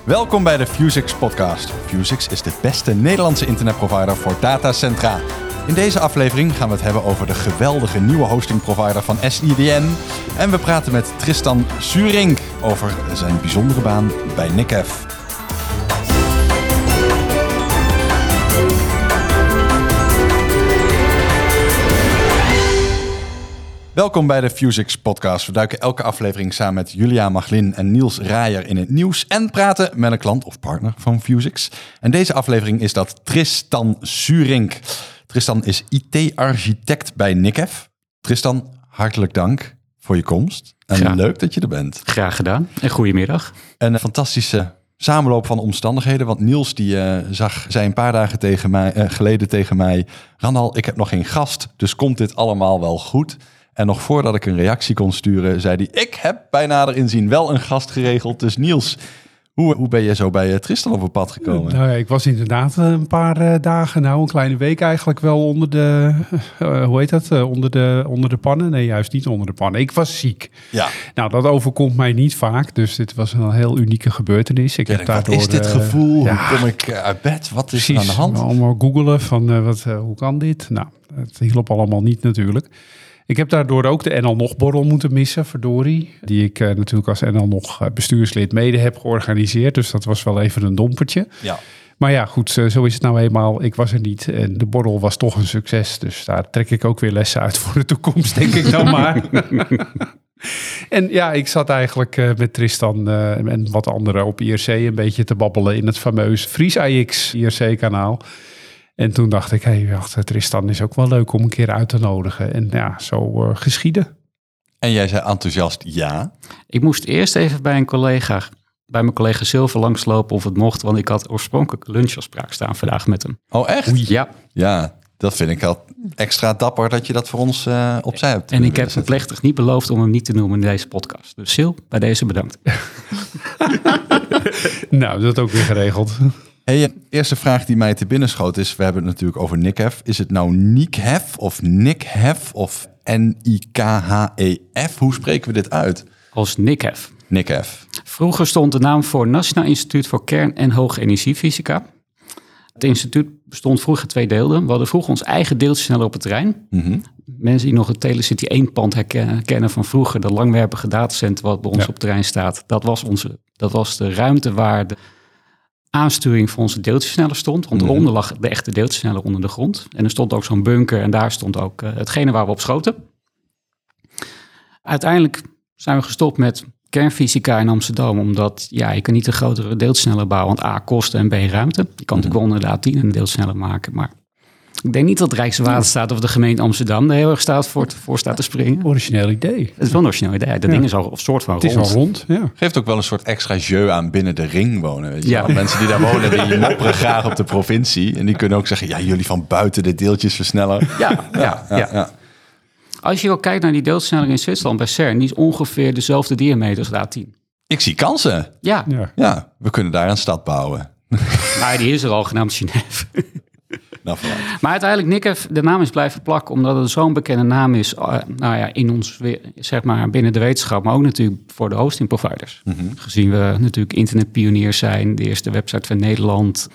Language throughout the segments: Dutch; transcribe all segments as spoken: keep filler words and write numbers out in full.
Welkom bij de Vuzix podcast. Vuzix is de beste Nederlandse internetprovider voor datacentra. In deze aflevering gaan we het hebben over de geweldige nieuwe hostingprovider van S I D N. En we praten met Tristan Suring over zijn bijzondere baan bij Nikef. Welkom bij de Vuzix podcast. We duiken elke aflevering samen met Julia Maglin en Niels Raaier in het nieuws en praten met een klant of partner van Vuzix. En deze aflevering is dat Tristan Suring. Tristan is I T-architect bij Nikef. Tristan, hartelijk dank voor je komst. En Graag. Leuk dat je er bent. Graag gedaan en goedemiddag. Een fantastische samenloop van omstandigheden. Want Niels die uh, zag, zei een paar dagen tegen mij, uh, geleden tegen mij... Randal, ik heb nog geen gast, dus komt dit allemaal wel goed? En nog voordat ik een reactie kon sturen, zei hij... ik heb bij nader inzien wel een gast geregeld. Dus Niels, hoe, hoe ben je zo bij uh, Tristan op het pad gekomen? Nou ja, ik was inderdaad een paar uh, dagen, nou een kleine week eigenlijk wel onder de... Uh, hoe heet dat? Uh, onder, de, onder de pannen? Nee, juist niet onder de pannen. Ik was ziek. Ja. Nou, dat overkomt mij niet vaak. Dus dit was een heel unieke gebeurtenis. Ik ja, heb daardoor, wat is dit gevoel? Uh, hoe kom ik uh, uit bed? Wat is precies, er aan de hand? Allemaal googelen van uh, wat, uh, hoe kan dit? Nou, het hielp allemaal niet natuurlijk. Ik heb daardoor ook de N L Nog-borrel moeten missen, verdorie. Die ik uh, natuurlijk als N L Nog bestuurslid mede heb georganiseerd. Dus dat was wel even een dompertje. Ja. Maar ja, goed, uh, zo is het nou eenmaal. Ik was er niet en de borrel was toch een succes. Dus daar trek ik ook weer lessen uit voor de toekomst, denk ik dan maar. En ja, ik zat eigenlijk uh, met Tristan uh, en wat anderen op I R C een beetje te babbelen in het fameuze Fries I X I R C-kanaal. En toen dacht ik, hé, hey, Tristan is ook wel leuk om een keer uit te nodigen. En ja, zo uh, geschieden. En jij zei enthousiast ja? Ik moest eerst even bij een collega, bij mijn collega Silver langslopen of het mocht. Want ik had oorspronkelijk lunchafspraak staan vandaag met hem. Oh, echt? Oei. Ja. Ja, dat vind ik al extra dapper dat je dat voor ons uh, opzij hebt. En ik heb hem plechtig niet beloofd om hem niet te noemen in deze podcast. Dus Sil, bij deze bedankt. Nou, dat ook weer geregeld. Hey, eerste vraag die mij te binnen schoot is, we hebben het natuurlijk over Nikef. Is het nou Nikef of Nikhef of N I K H E F? Hoe spreken we dit uit? Als Nikef. Nikef. Vroeger stond de naam voor Nationaal Instituut voor Kern- en Hoge Energiefysica. Het instituut bestond vroeger twee delen. We hadden vroeger ons eigen deeltjesneller op het terrein. Mm-hmm. Mensen die nog het Telecity één pand herkennen van vroeger, dat langwerpige datacenter wat bij ons ja. op het terrein staat. Dat was, onze, dat was de ruimte waar de aansturing voor onze deeltjesneller stond. Want eronder lag de echte deeltjesneller onder de grond. En er stond ook zo'n bunker en daar stond ook uh, hetgene waar we op schoten. Uiteindelijk zijn we gestopt met kernfysica in Amsterdam. Omdat ja, je kan niet een grotere deeltjesneller bouwen. Want A, kosten en B, ruimte. Je kan natuurlijk wel inderdaad tien een deeltjesneller maken. Maar ik denk niet dat Rijkswaterstaat of de gemeente Amsterdam er heel erg staat voor, voor staat te springen. Origineel idee. Het is wel een origineel idee. Dat ja. ding is al een soort van rond. Het is al rond, ja. Geeft ook wel een soort extra jeu aan binnen de ring wonen. Weet je ja. Mensen die daar wonen, die mopperen graag op de provincie. En die kunnen ook zeggen, ja, jullie van buiten de deeltjes versnellen. Ja, ja, ja. ja. ja. Als je ook kijkt naar die deeltjesneller in Zwitserland bij CERN, die is ongeveer dezelfde diameter als de A tien. Ik zie kansen. Ja. Ja, ja we kunnen daar een stad bouwen. Maar die is er al, genaamd Genève. Nou, maar uiteindelijk Nikef, de naam is blijven plakken, omdat het zo'n bekende naam is, uh, nou ja, in ons, zeg maar, binnen de wetenschap, maar ook natuurlijk voor de hosting providers. Mm-hmm. Gezien we natuurlijk internetpioniers zijn, de eerste website van Nederland,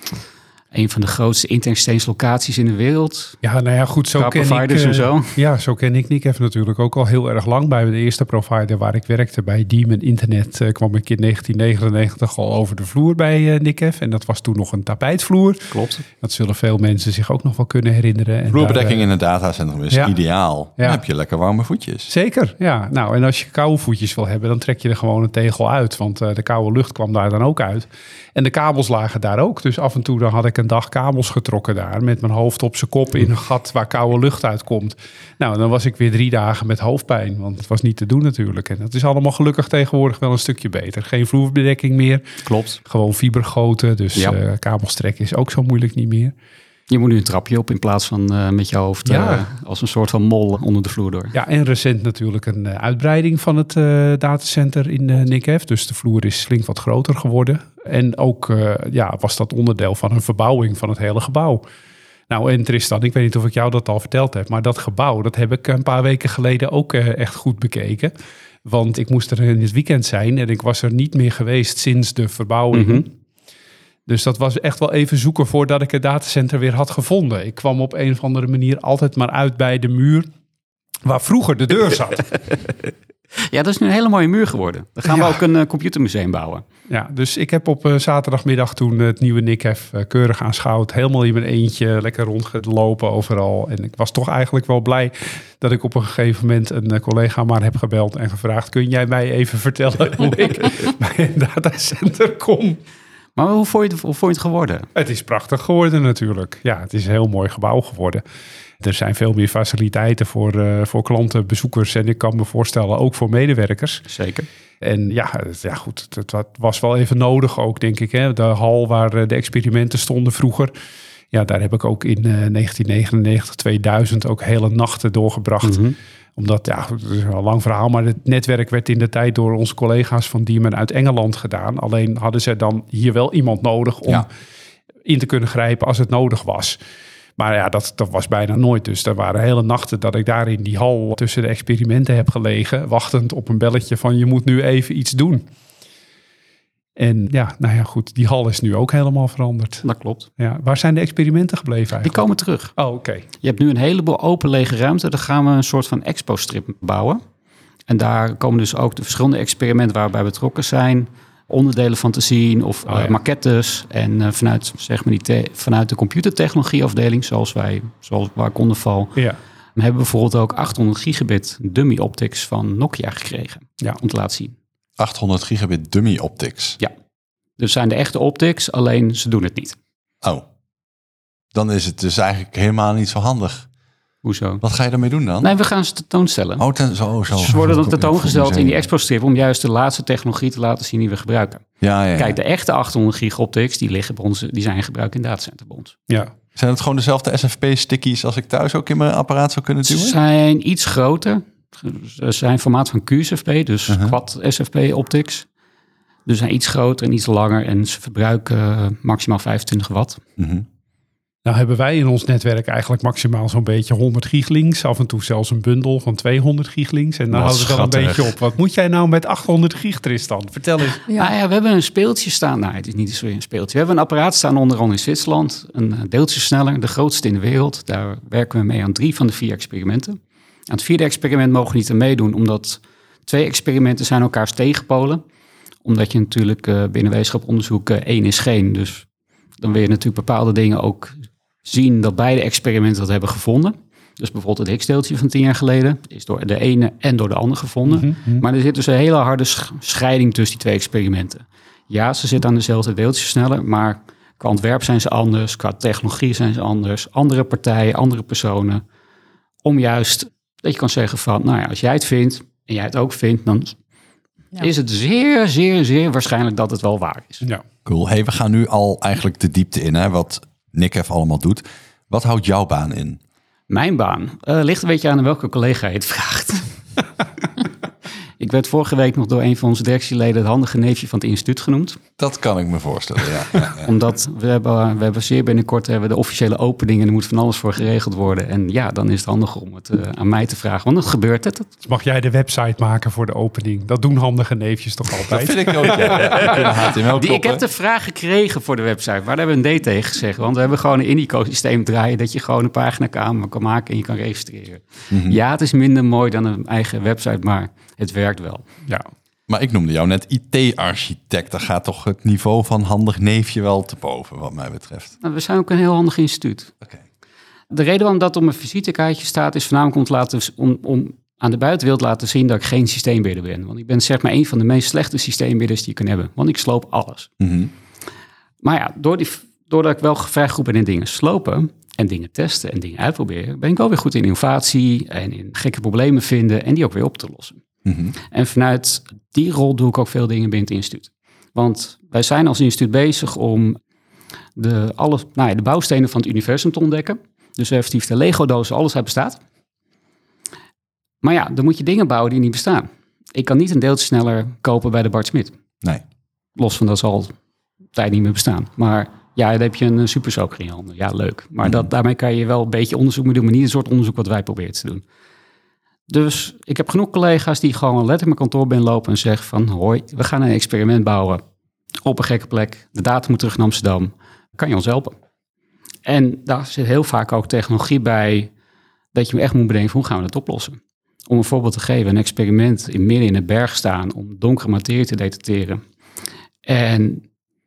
een van de grootste internet-locaties in de wereld. Ja, nou ja, goed, zo ken ik, uh, en zo. Ja, zo ken ik Nikef natuurlijk ook al heel erg lang. Bij de eerste provider waar ik werkte, bij Diemen Internet, uh, kwam ik in negentien negenennegentig al over de vloer bij uh, Nikef. En dat was toen nog een tapijtvloer. Klopt. Dat zullen veel mensen zich ook nog wel kunnen herinneren. En vloerbedekking daar, uh, in een datacentrum is ja. ideaal. Ja. Dan heb je lekker warme voetjes. Zeker, ja. Nou, en als je koude voetjes wil hebben, dan trek je er gewoon een tegel uit. Want uh, de koude lucht kwam daar dan ook uit. En de kabels lagen daar ook. Dus af en toe dan had ik een dag kabels getrokken daar met mijn hoofd op zijn kop in een gat waar koude lucht uitkomt. Nou, dan was ik weer drie dagen met hoofdpijn, want het was niet te doen natuurlijk. En dat is allemaal gelukkig tegenwoordig wel een stukje beter. Geen vloerbedekking meer. Klopt. Gewoon fibergoten, dus ja. uh, kabels trekken is ook zo moeilijk niet meer. Je moet nu een trapje op in plaats van uh, met je hoofd ja. uh, als een soort van mol onder de vloer door. Ja, en recent natuurlijk een uh, uitbreiding van het uh, datacenter in uh, Nikef. Dus de vloer is flink wat groter geworden. En ook uh, ja, was dat onderdeel van een verbouwing van het hele gebouw. Nou, en Tristan, ik weet niet of ik jou dat al verteld heb, maar dat gebouw, dat heb ik een paar weken geleden ook uh, echt goed bekeken. Want ik moest er in het weekend zijn en ik was er niet meer geweest sinds de verbouwing. Mm-hmm. Dus dat was echt wel even zoeken voordat ik het datacenter weer had gevonden. Ik kwam op een of andere manier altijd maar uit bij de muur waar vroeger de deur zat. Ja, dat is nu een hele mooie muur geworden. Dan gaan Ja. we ook een uh, computermuseum bouwen. Ja, dus ik heb op uh, zaterdagmiddag toen het nieuwe N I C H F uh, keurig aanschouwd. Helemaal in mijn eentje, lekker rondgelopen overal. En ik was toch eigenlijk wel blij dat ik op een gegeven moment een uh, collega maar heb gebeld en gevraagd: kun jij mij even vertellen hoe ik bij een datacenter kom? Maar hoe vond je het, hoe vond je het geworden? Het is prachtig geworden natuurlijk. Ja, het is een heel mooi gebouw geworden. Er zijn veel meer faciliteiten voor, uh, voor klanten, bezoekers en ik kan me voorstellen ook voor medewerkers. Zeker. En ja, het, ja goed, het, het was wel even nodig ook, denk ik. Hè? De hal waar de experimenten stonden vroeger. Ja, daar heb ik ook in uh, negentien negenennegentig, tweeduizend ook hele nachten doorgebracht. Mm-hmm. Omdat, ja, het is een lang verhaal, maar het netwerk werd in de tijd door onze collega's van Diemen uit Engeland gedaan. Alleen hadden ze dan hier wel iemand nodig om Ja. in te kunnen grijpen als het nodig was. Maar ja, dat, dat was bijna nooit. Dus er waren hele nachten dat ik daar in die hal tussen de experimenten heb gelegen, wachtend op een belletje van je moet nu even iets doen. En ja, nou ja, goed, die hal is nu ook helemaal veranderd. Dat klopt. Ja, waar zijn de experimenten gebleven Die eigenlijk? komen terug. Oh, oké. Okay. Je hebt nu een heleboel open lege ruimte. Daar gaan we een soort van expo-strip bouwen. En daar komen dus ook de verschillende experimenten waarbij betrokken zijn, onderdelen van te zien of Oh, ja. uh, maquettes. En uh, vanuit, zeg maar die te- vanuit de computertechnologieafdeling, zoals wij, zoals waar ik onder val, Ja. we hebben bijvoorbeeld ook achthonderd gigabit dummy optics van Nokia gekregen. Ja. Om te laten zien. achthonderd gigabit dummy optics. Ja. Dus zijn de echte optics, alleen ze doen het niet. Oh, dan is het dus eigenlijk helemaal niet zo handig. Hoezo? Wat ga je ermee doen dan? Nee, we gaan ze tentoonstellen. Oh, ten, zo, zo. Ze worden dan Voor- tentoongesteld voor in die museum. expo-strip om juist de laatste technologie te laten zien die we gebruiken. Ja, ja, ja. Kijk, de echte achthonderd gig optics, die liggen bij ons, die zijn gebruikt in datacenter bij ons. Ja. Zijn het gewoon dezelfde S F P-stickies als ik thuis ook in mijn apparaat zou kunnen Ze duwen? zijn iets groter. Ze zijn formaat van Q S F P, dus Uh-huh. quad S F P optics. Dus ze zijn iets groter en iets langer en ze verbruiken uh, maximaal vijfentwintig watt. Mm-hmm. Nou hebben wij in ons netwerk eigenlijk maximaal zo'n beetje honderd giglinks. Af en toe zelfs een bundel van tweehonderd giglinks. En dan Wat houden we dan een schattig. beetje op. Wat moet jij nou met achthonderd gig, Tristan? Vertel eens. Ja. Ah, ja, we hebben een speeltje staan. Nou, het is niet zo'n een speeltje. We hebben een apparaat staan onder andere in Zwitserland. Een uh, deeltjesversneller, de grootste in de wereld. Daar werken we mee aan drie van de vier experimenten. Aan het vierde experiment mogen we niet aan meedoen, omdat twee experimenten zijn elkaars tegenpolen. Omdat je natuurlijk uh, binnen wetenschaponderzoek uh, één is geen. Dus dan wil je natuurlijk bepaalde dingen ook zien dat beide experimenten dat hebben gevonden. Dus bijvoorbeeld het Higgs-deeltje van tien jaar geleden is door de ene en door de ander gevonden. Mm-hmm. Maar er zit dus een hele harde sch- scheiding tussen die twee experimenten. Ja, ze zitten aan dezelfde deeltjesversneller, maar qua ontwerp zijn ze anders, qua technologie zijn ze anders, andere partijen, andere personen. Om juist dat je kan zeggen van, nou ja, als jij het vindt en jij het ook vindt, dan Ja. is het zeer, zeer, zeer waarschijnlijk dat het wel waar is. Ja. Cool. Hey, we gaan nu al eigenlijk de diepte in, hè, wat N I C H F allemaal doet. Wat houdt jouw baan in? Mijn baan uh, ligt een beetje aan welke collega je het vraagt. Ik werd vorige week nog door een van onze directieleden het handige neefje van het instituut genoemd. Dat kan ik me voorstellen, ja. ja, ja. Omdat we hebben, we hebben zeer binnenkort hebben we de officiële opening en er moet van alles voor geregeld worden. En ja, dan is het handig om het uh, aan mij te vragen, want het gebeurt het. Dus mag jij de website maken voor de opening? Dat doen handige neefjes toch Dat altijd? vind ik ook, ja. ja. Die kunnen H T M L Die, ik kloppen. heb de vraag gekregen voor de website, maar daar hebben we een D tegen gezegd. Want we hebben gewoon een in-ecosysteem draaien dat je gewoon een pagina kan, kan maken en je kan registreren. Mhm. Ja, het is minder mooi dan een eigen website, maar het werkt wel. Ja. Maar ik noemde jou net I T-architect. Daar gaat toch het niveau van handig neefje wel te boven, wat mij betreft. Nou, we zijn ook een heel handig instituut. Oké. De reden waarom dat op mijn visitekaartje staat is voornamelijk om, te laten, om, om aan de buitenwereld te laten zien dat ik geen systeembeheerder ben. Want ik ben zeg maar een van de meest slechte systeembeheerders die je kan hebben. Want ik sloop alles. Mhm. Maar ja, door die, doordat ik wel vrij goed ben in dingen slopen en dingen testen en dingen uitproberen, ben ik wel weer goed in innovatie en in gekke problemen vinden en die ook weer op te lossen. Mhm. En vanuit die rol doe ik ook veel dingen binnen het instituut. Want wij zijn als instituut bezig om de, alle, nou ja, de bouwstenen van het universum te ontdekken. Dus effectief de Lego-doos, alles uit bestaat. Maar ja, dan moet je dingen bouwen die niet bestaan. Ik kan niet een deeltjesversneller kopen bij de Bart Smit. Nee. Los van dat zal al tijd niet meer bestaan. Maar ja, dan heb je een supersoaker in je handen. Ja, leuk. Maar dat, daarmee kan je wel een beetje onderzoek mee doen, maar niet een soort onderzoek wat wij proberen te doen. Dus ik heb genoeg collega's die gewoon letterlijk mijn kantoor binnenlopen en zeggen van... hoi, we gaan een experiment bouwen op een gekke plek. De data moet terug naar Amsterdam. Kan je ons helpen? En daar zit heel vaak ook technologie bij... dat je me echt moet bedenken van hoe gaan we dat oplossen. Om een voorbeeld te geven, een experiment in midden in een berg staan... om donkere materie te detecteren. En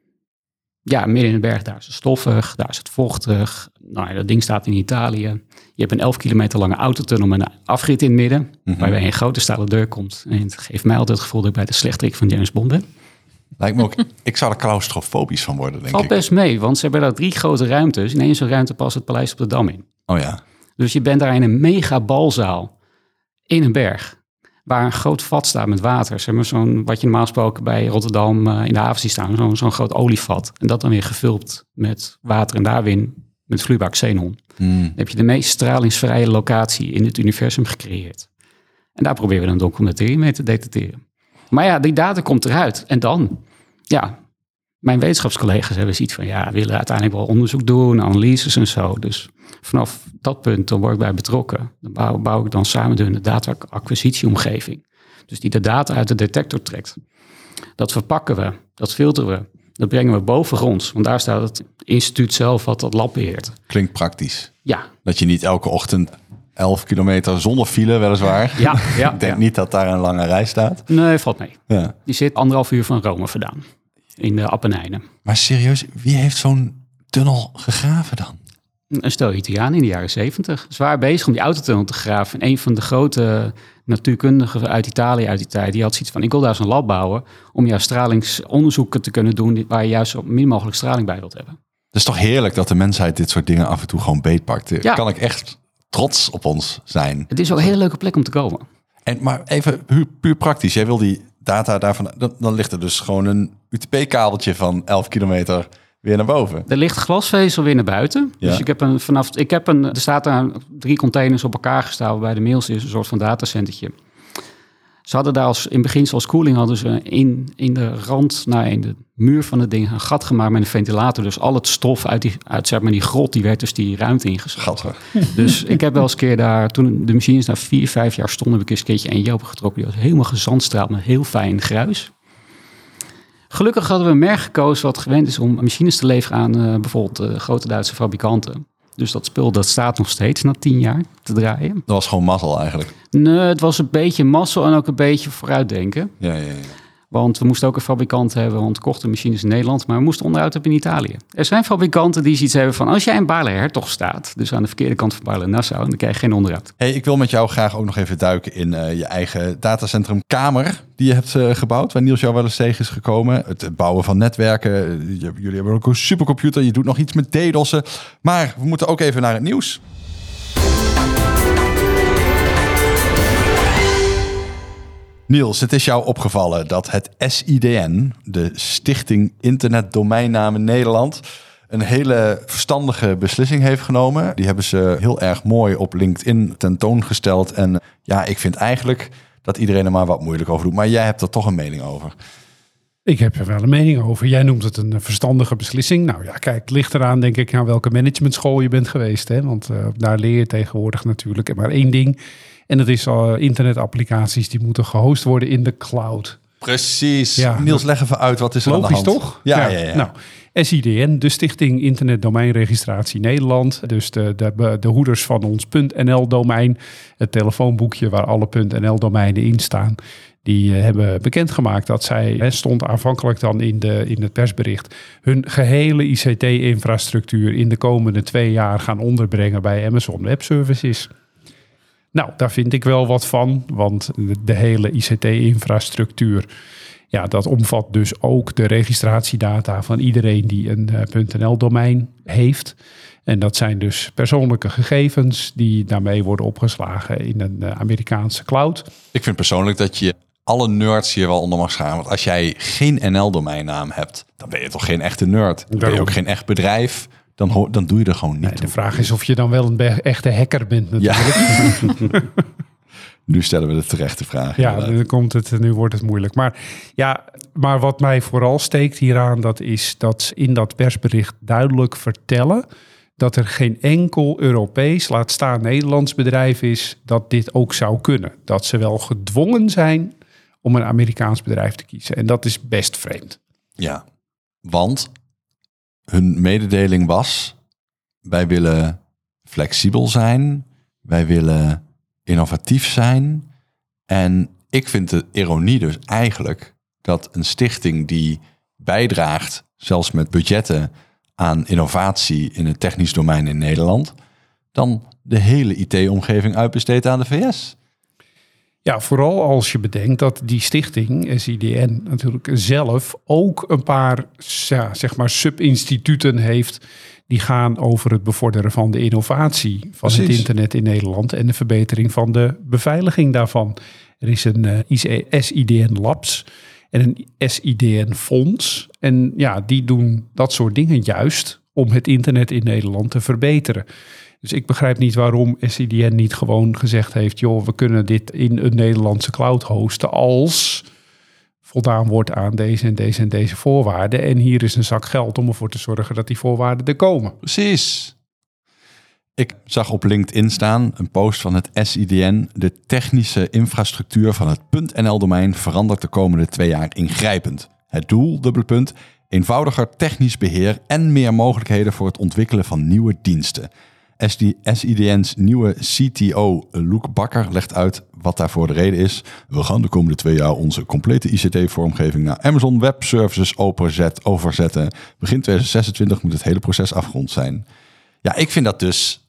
ja, midden in de berg, daar is het stoffig, daar is het vochtig. Nou ja, dat ding staat in Italië. Je hebt een elf kilometer lange autotunnel met een afrit in het midden... Mm-hmm. waarbij een grote stalen deur komt. En het geeft mij altijd het gevoel dat ik bij de slechterik van James Bond ben. Lijkt me ook, ik zou er claustrofobisch van worden, denk Valt ik. Valt best mee, want ze hebben daar drie grote ruimtes. In één zo'n ruimte past het Paleis op de Dam in. Oh ja. Dus je bent daar in een mega balzaal in een berg... waar een groot vat staat met water. Zeg maar zo'n, wat je normaal gesproken bij Rotterdam uh, in de haven ziet staan. Zo'n, zo'n groot olievat. En dat dan weer gevuld met water en daar weer met vloeibaar xenon. Hmm. Dan heb je de meest stralingsvrije locatie in het universum gecreëerd. En daar proberen we dan donkere materie mee te detecteren. Maar ja, die data komt eruit. En dan, ja, mijn wetenschapscollega's hebben zoiets van... ja, we willen uiteindelijk wel onderzoek doen, analyses en zo. Dus vanaf dat punt, dan word ik bij betrokken. Dan bouw, bouw ik dan samen de data-acquisitieomgeving. Dus die de data uit de detector trekt. Dat verpakken we, dat filteren we. Dat brengen we bovengronds. Want daar staat het instituut zelf wat dat lab beheert. Klinkt praktisch. Ja. Dat je niet elke ochtend elf kilometer zonder file, weliswaar. Ja, ja, ik denk ja. niet dat daar een lange rij staat. Nee, valt mee. Ja. Die zit anderhalf uur van Rome vandaan. In de Appenijnen. Maar serieus, wie heeft zo'n tunnel gegraven dan? Een stel Italianen in de jaren zeventig. Ze waren bezig om die autotunnel te graven. En een van de grote natuurkundigen uit Italië uit die tijd... die had zoiets van, ik wil daar zo'n lab bouwen... om juist stralingsonderzoeken te kunnen doen... waar je juist zo min mogelijk straling bij wilt hebben. Het is toch heerlijk dat de mensheid dit soort dingen af en toe gewoon beetpakt. Ja. Kan ik echt trots op ons zijn. Het is ook een hele leuke plek om te komen. En, maar even puur, puur praktisch. Jij wil die data daarvan... Dan, dan ligt er dus gewoon een U T P-kabeltje van elf kilometer... weer naar boven. Er ligt glasvezel weer naar buiten. Ja. Dus ik heb een vanaf. Ik heb een. Er staat daar drie containers op elkaar gestapeld bij de mails. Is een soort van datacentertje. Ze hadden daar als in beginsel als koeling hadden ze in, in de rand, nou in de muur van het ding een gat gemaakt met een ventilator. Dus al het stof uit die, uit zeg maar die grot, die werd dus die ruimte ingeschoten. Dus ik heb wel eens een keer daar, toen de machines daar vier, vijf jaar stonden, heb ik eens een keertje eentje opengetrokken. Die was helemaal gezandstraald met heel fijn gruis. Gelukkig hadden we een merk gekozen wat gewend is om machines te leveren aan uh, bijvoorbeeld uh, grote Duitse fabrikanten. Dus dat spul dat staat nog steeds na tien jaar te draaien. Dat was gewoon mazzel eigenlijk. Nee, het was een beetje mazzel en ook een beetje vooruitdenken. Ja, ja, ja. Want we moesten ook een fabrikant hebben, want we kochten machines in Nederland, maar we moesten onderhoud hebben in Italië. Er zijn fabrikanten die zoiets hebben van, als jij in Baarle-Hertog staat, dus aan de verkeerde kant van Baarle-Nassau, dan krijg je geen onderhoud. Hey, ik wil met jou graag ook nog even duiken in uh, je eigen datacentrum Kamer, die je hebt uh, gebouwd, waar Niels jou wel eens tegen is gekomen. Het bouwen van netwerken, jullie hebben ook een supercomputer, je doet nog iets met DDoS'en. Maar we moeten ook even naar het nieuws. Niels, het is jou opgevallen dat het S I D N, de Stichting Internet Domeinnamen Nederland, een hele verstandige beslissing heeft genomen. Die hebben ze heel erg mooi op LinkedIn tentoongesteld. En ja, ik vind eigenlijk dat iedereen er maar wat moeilijk over doet. Maar jij hebt er toch een mening over. Ik heb er wel een mening over. Jij noemt het een verstandige beslissing. Nou ja, kijk, het ligt eraan denk ik aan welke managementschool je bent geweest. Hè? Want uh, daar leer je tegenwoordig natuurlijk maar één ding. En dat is uh, internetapplicaties die moeten gehost worden in de cloud. Precies. Ja, Niels, leg even uit, wat is er logisch aan de hand? Toch? Ja, ja. ja, ja. Nou, S I D N, de Stichting Internet Domeinregistratie Nederland. Dus de, de, de hoeders van ons .n l-domein. Het telefoonboekje waar alle .n l-domeinen in staan. Die uh, hebben bekendgemaakt dat zij, hè, stond aanvankelijk dan in, de, in het persbericht, hun gehele I C T-infrastructuur in de komende twee jaar gaan onderbrengen bij Amazon Web Services. Nou, daar vind ik wel wat van, want de, de hele I C T-infrastructuur, ja, dat omvat dus ook de registratiedata van iedereen die een uh, .n l-domein heeft. En dat zijn dus persoonlijke gegevens die daarmee worden opgeslagen in een uh, Amerikaanse cloud. Ik vind persoonlijk dat je alle nerds hier wel onder mag scharen. Want als jij geen N L-domeinnaam hebt, dan ben je toch geen echte nerd. Dan ben je ook geen echt bedrijf. Dan, ho- dan doe je er gewoon niet nee, toe. De vraag is of je dan wel een be- echte hacker bent natuurlijk. Ja. Nu stellen we de terechte vraag. Ja, nu, komt het, nu wordt het moeilijk. Maar, ja, maar wat mij vooral steekt hieraan, dat is dat ze in dat persbericht duidelijk vertellen dat er geen enkel Europees, laat staan Nederlands bedrijf is dat dit ook zou kunnen. Dat ze wel gedwongen zijn om een Amerikaans bedrijf te kiezen. En dat is best vreemd. Ja, want hun mededeling was, wij willen flexibel zijn, wij willen innovatief zijn. En ik vind de ironie dus eigenlijk dat een stichting die bijdraagt, zelfs met budgetten, aan innovatie in het technisch domein in Nederland, dan de hele I T-omgeving uitbesteedt aan de V S. Ja, vooral als je bedenkt dat die stichting, S I D N, natuurlijk zelf ook een paar ja, zeg maar subinstituten heeft die gaan over het bevorderen van de innovatie van Precies. het internet in Nederland en de verbetering van de beveiliging daarvan. Er is een uh, S I D N Labs en een S I D N Fonds. En ja, die doen dat soort dingen juist om het internet in Nederland te verbeteren. Dus ik begrijp niet waarom S I D N niet gewoon gezegd heeft, joh, we kunnen dit in een Nederlandse cloud hosten als voldaan wordt aan deze en deze en deze voorwaarden. En hier is een zak geld om ervoor te zorgen dat die voorwaarden er komen. Precies. Ik zag op LinkedIn staan een post van het S I D N. De technische infrastructuur van het .N L-domein verandert de komende twee jaar ingrijpend. Het doel, dubbele punt, eenvoudiger technisch beheer en meer mogelijkheden voor het ontwikkelen van nieuwe diensten. S I D N's nieuwe C T O, Loek Bakker, legt uit wat daarvoor de reden is. We gaan de komende twee jaar onze complete I C T-vormgeving naar Amazon Web Services overzet, overzetten. Begin twintig zesentwintig moet het hele proces afgerond zijn. Ja, ik vind dat dus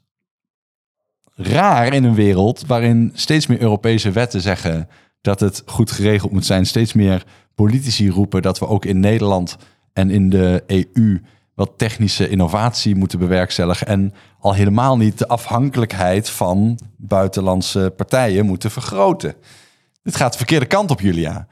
raar in een wereld waarin steeds meer Europese wetten zeggen dat het goed geregeld moet zijn. Steeds meer politici roepen dat we ook in Nederland en in de E U wat technische innovatie moeten bewerkstelligen en al helemaal niet de afhankelijkheid van buitenlandse partijen moeten vergroten. Dit gaat de verkeerde kant op, Julia.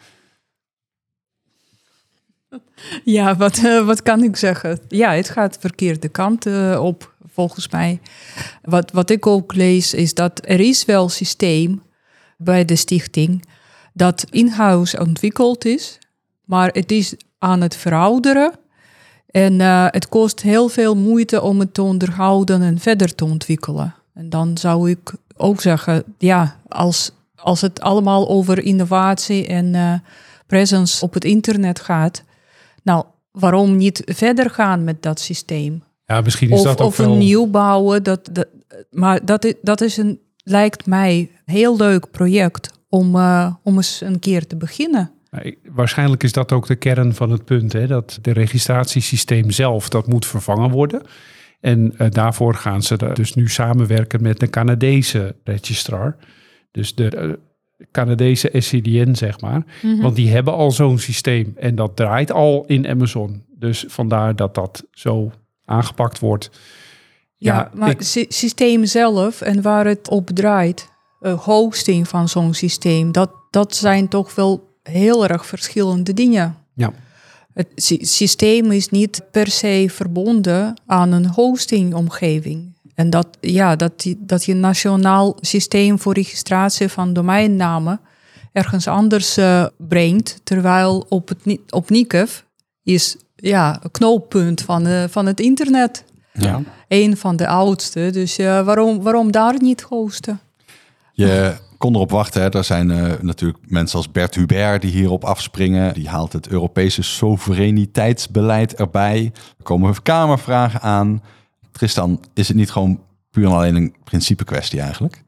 Ja, wat, uh, wat kan ik zeggen? Ja, het gaat de verkeerde kant uh, op, volgens mij. Wat, wat ik ook lees is dat er is wel een systeem bij de stichting dat in-house ontwikkeld is, maar het is aan het verouderen. En uh, het kost heel veel moeite om het te onderhouden en verder te ontwikkelen. En dan zou ik ook zeggen, ja, als, als het allemaal over innovatie en uh, presence op het internet gaat, nou, waarom niet verder gaan met dat systeem? Ja, misschien is of, dat ook of wel... een nieuw bouwen. Dat, dat, maar dat is, dat is een, lijkt mij een heel leuk project om, uh, om eens een keer te beginnen. Waarschijnlijk is dat ook de kern van het punt, hè? Dat de registratiesysteem zelf, dat moet vervangen worden. En uh, daarvoor gaan ze dus nu samenwerken met de Canadese registrar. Dus de uh, Canadese S I D N, zeg maar. Mm-hmm. Want die hebben al zo'n systeem en dat draait al in Amazon. Dus vandaar dat dat zo aangepakt wordt. Ja, ja maar het ik... systeem zelf en waar het op draait, uh, hosting van zo'n systeem, dat, dat zijn toch wel heel erg verschillende dingen. Ja. Het sy- systeem is niet per se verbonden aan een hostingomgeving. En dat, ja, dat, die, dat je een nationaal systeem voor registratie van domeinnamen ergens anders uh, brengt, terwijl op, het, op N I C F is ja, een knooppunt van, uh, van het internet. Ja. Een van de oudste. Dus uh, waarom, waarom daar niet hosten? Je kon erop wachten. Hè. Er zijn uh, natuurlijk mensen als Bert Hubert die hierop afspringen. Die haalt het Europese soevereiniteitsbeleid erbij. Er komen kamervragen aan. Tristan, is het niet gewoon puur en alleen een principe kwestie eigenlijk?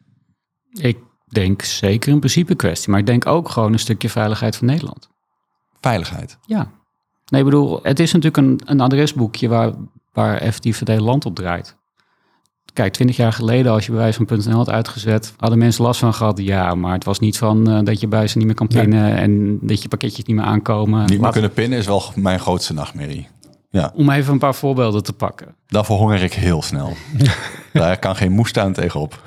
Ik denk zeker een principe kwestie. Maar ik denk ook gewoon een stukje veiligheid van Nederland. Veiligheid? Ja. Nee, ik bedoel, het is natuurlijk een, een adresboekje waar, waar F D V D land op draait. Kijk, twintig jaar geleden, als je bij wijze van .nl had uitgezet, hadden mensen last van gehad. Ja, maar het was niet van uh, dat je buizen niet meer kan pinnen nee. en dat je pakketjes niet meer aankomen. Niet meer Laat... kunnen pinnen is wel mijn grootste nachtmerrie. Ja. Om even een paar voorbeelden te pakken. Dan verhonger ik heel snel. Daar kan geen moestuin tegenop.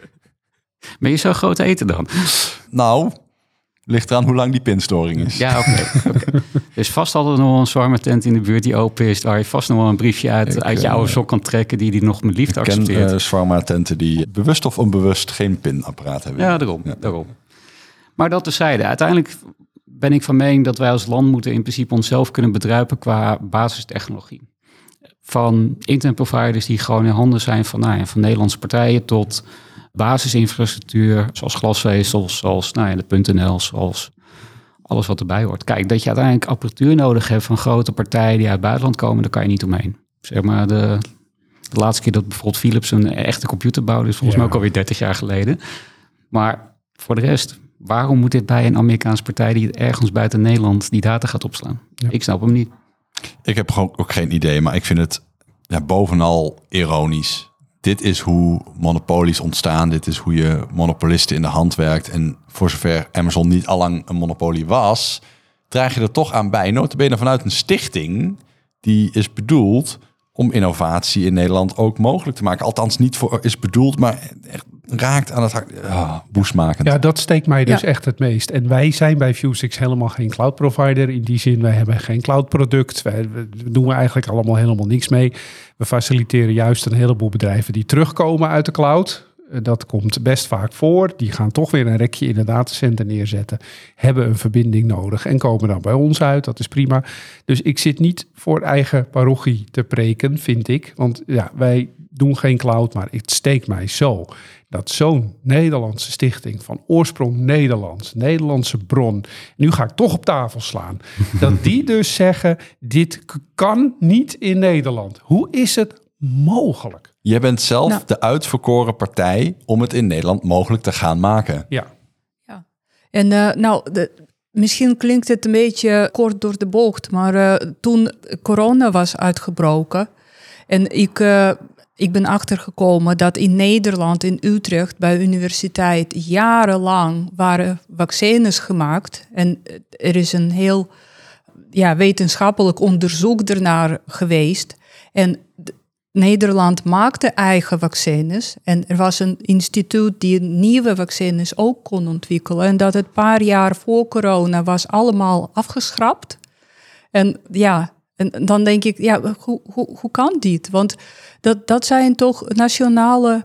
Ben je zo groot eten dan? Nou, ligt eraan hoe lang die pinstoring is. Ja, oké. Okay, okay. Er is vast altijd nog een zwarme tent in de buurt die open is, waar je vast nog wel een briefje uit, ik, uit je oude sok kan trekken die die nog met liefde ik accepteert. Ik ken uh, zwarme tenten die bewust of onbewust geen pinapparaat hebben. Ja, daarom. Ja. daarom. Maar dat terzijde. Uiteindelijk ben ik van mening dat wij als land moeten in principe onszelf kunnen bedruipen qua basistechnologie. Van internetproviders die gewoon in handen zijn van, nou ja, van Nederlandse partijen tot basisinfrastructuur, zoals glasvezels, zoals nou ja, de .nl, zoals alles wat erbij hoort. Kijk, dat je uiteindelijk apparatuur nodig hebt van grote partijen die uit het buitenland komen, daar kan je niet omheen. Zeg maar de, de laatste keer dat bijvoorbeeld Philips een echte computer bouwde, is volgens ja. mij ook alweer dertig jaar geleden. Maar voor de rest, waarom moet dit bij een Amerikaanse partij die ergens buiten Nederland die data gaat opslaan? Ja. Ik snap hem niet. Ik heb gewoon ook geen idee, maar ik vind het ja, bovenal ironisch. Dit is hoe monopolies ontstaan. Dit is hoe je monopolisten in de hand werkt. En voor zover Amazon niet allang een monopolie was, draag je er toch aan bij. Nota bene vanuit een stichting die is bedoeld om innovatie in Nederland ook mogelijk te maken. Althans niet voor is bedoeld, maar echt raakt aan het hart. Oh, boesmakend. Ja, dat steekt mij dus ja. echt het meest. En wij zijn bij Vuzix helemaal geen cloud provider. In die zin, wij hebben geen cloud product. Wij doen we eigenlijk allemaal helemaal niks mee. We faciliteren juist een heleboel bedrijven die terugkomen uit de cloud. Dat komt best vaak voor. Die gaan toch weer een rekje in een datacenter neerzetten. Hebben een verbinding nodig en komen dan bij ons uit. Dat is prima. Dus ik zit niet voor eigen parochie te preken, vind ik. Want ja, wij doen geen cloud, maar het steekt mij zo dat zo'n Nederlandse stichting van oorsprong Nederlands, Nederlandse bron, nu ga ik toch op tafel slaan, dat die dus zeggen, dit kan niet in Nederland. Hoe is het mogelijk? Je bent zelf nou. de uitverkoren partij om het in Nederland mogelijk te gaan maken. Ja. ja. En uh, nou, de, misschien klinkt het een beetje kort door de bocht, maar uh, toen corona was uitgebroken en ik... Uh, Ik ben achtergekomen dat in Nederland, in Utrecht, bij de universiteit, jarenlang waren vaccins gemaakt. En er is een heel ja, wetenschappelijk onderzoek ernaar geweest. En Nederland maakte eigen vaccins. En er was een instituut die nieuwe vaccins ook kon ontwikkelen. En dat het paar jaar voor corona was allemaal afgeschrapt. En ja... En dan denk ik, ja, hoe, hoe, hoe kan dit? Want dat, dat zijn toch nationale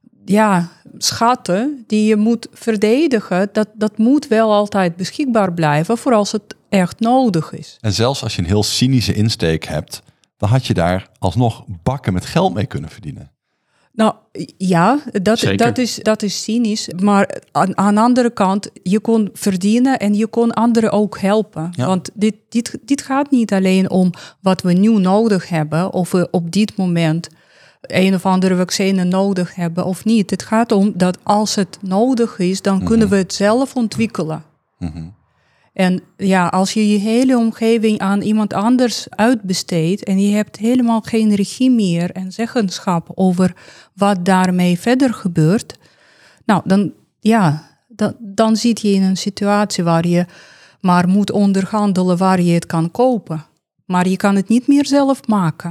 ja, schatten die je moet verdedigen. Dat, dat moet wel altijd beschikbaar blijven, voor als het echt nodig is. En zelfs als je een heel cynische insteek hebt, dan had je daar alsnog bakken met geld mee kunnen verdienen. Nou ja, dat, dat, is, dat is cynisch. Maar aan, aan de andere kant, je kon verdienen en je kon anderen ook helpen. Ja. Want dit, dit, dit gaat niet alleen om wat we nu nodig hebben, of we op dit moment een of andere vaccin nodig hebben of niet. Het gaat om dat als het nodig is, dan mm-hmm. kunnen we het zelf ontwikkelen. Mm-hmm. En ja, als je je hele omgeving aan iemand anders uitbesteedt en je hebt helemaal geen regie meer en zeggenschap over wat daarmee verder gebeurt, nou, dan, ja, dan, dan zit je in een situatie waar je maar moet onderhandelen waar je het kan kopen. Maar je kan het niet meer zelf maken.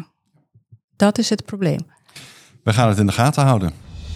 Dat is het probleem. We gaan het in de gaten houden.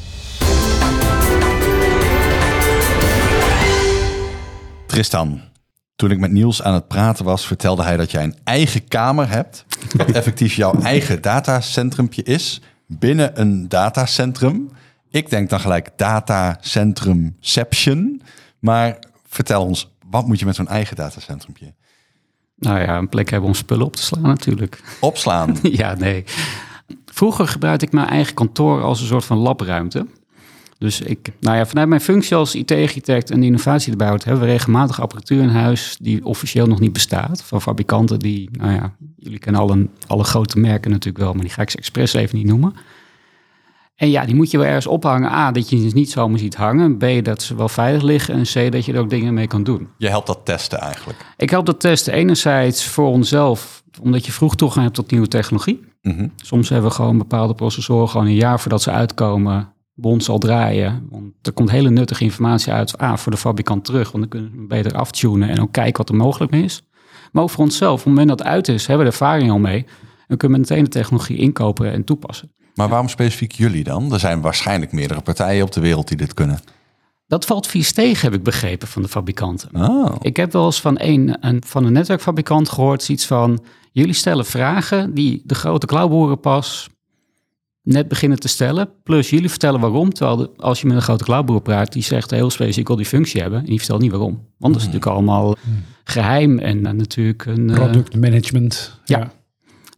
Tristan. Toen ik met Niels aan het praten was, vertelde hij dat jij een eigen kamer hebt. Dat effectief jouw eigen datacentrumpje is. Binnen een datacentrum. Ik denk dan gelijk datacentrumception. Maar vertel ons, wat moet je met zo'n eigen datacentrumpje? Nou ja, een plek hebben om spullen op te slaan natuurlijk. Opslaan? Ja, nee. Vroeger gebruikte ik mijn eigen kantoor als een soort van labruimte. Dus ik, nou ja, vanuit mijn functie als I T-architect en innovatie erbij hoort, hebben we regelmatig apparatuur in huis die officieel nog niet bestaat. Van fabrikanten die, nou ja, jullie kennen alle, alle grote merken natuurlijk wel, maar die ga ik ze expres even niet noemen. En ja, die moet je wel ergens ophangen. A, dat je ze niet zomaar ziet hangen. B, dat ze wel veilig liggen. En C, dat je er ook dingen mee kan doen. Je helpt dat testen eigenlijk? Ik help dat testen enerzijds voor onszelf, omdat je vroeg toegang hebt tot nieuwe technologie. Mm-hmm. Soms hebben we gewoon bepaalde processoren gewoon een jaar voordat ze uitkomen bond zal draaien. Want er komt hele nuttige informatie uit A, voor de fabrikant terug. Want dan kunnen we beter aftunen en ook kijken wat er mogelijk mee is. Maar ook voor onszelf. Op het moment dat het uit is, hebben we de ervaring al mee. En kunnen we meteen de technologie inkopen en toepassen. Maar waarom specifiek jullie dan? Er zijn waarschijnlijk meerdere partijen op de wereld die dit kunnen. Dat valt vies tegen, heb ik begrepen, van de fabrikanten. Oh. Ik heb wel eens van een, een, van een netwerkfabrikant gehoord, iets van, jullie stellen vragen die de grote cloudboeren pas net beginnen te stellen. Plus jullie vertellen waarom. Terwijl de, als je met een grote cloudboer praat, die zegt heel specifiek, ik wil die functie hebben. En die vertelt niet waarom. Want dat is natuurlijk allemaal geheim en uh, natuurlijk een product management. Ja. ja.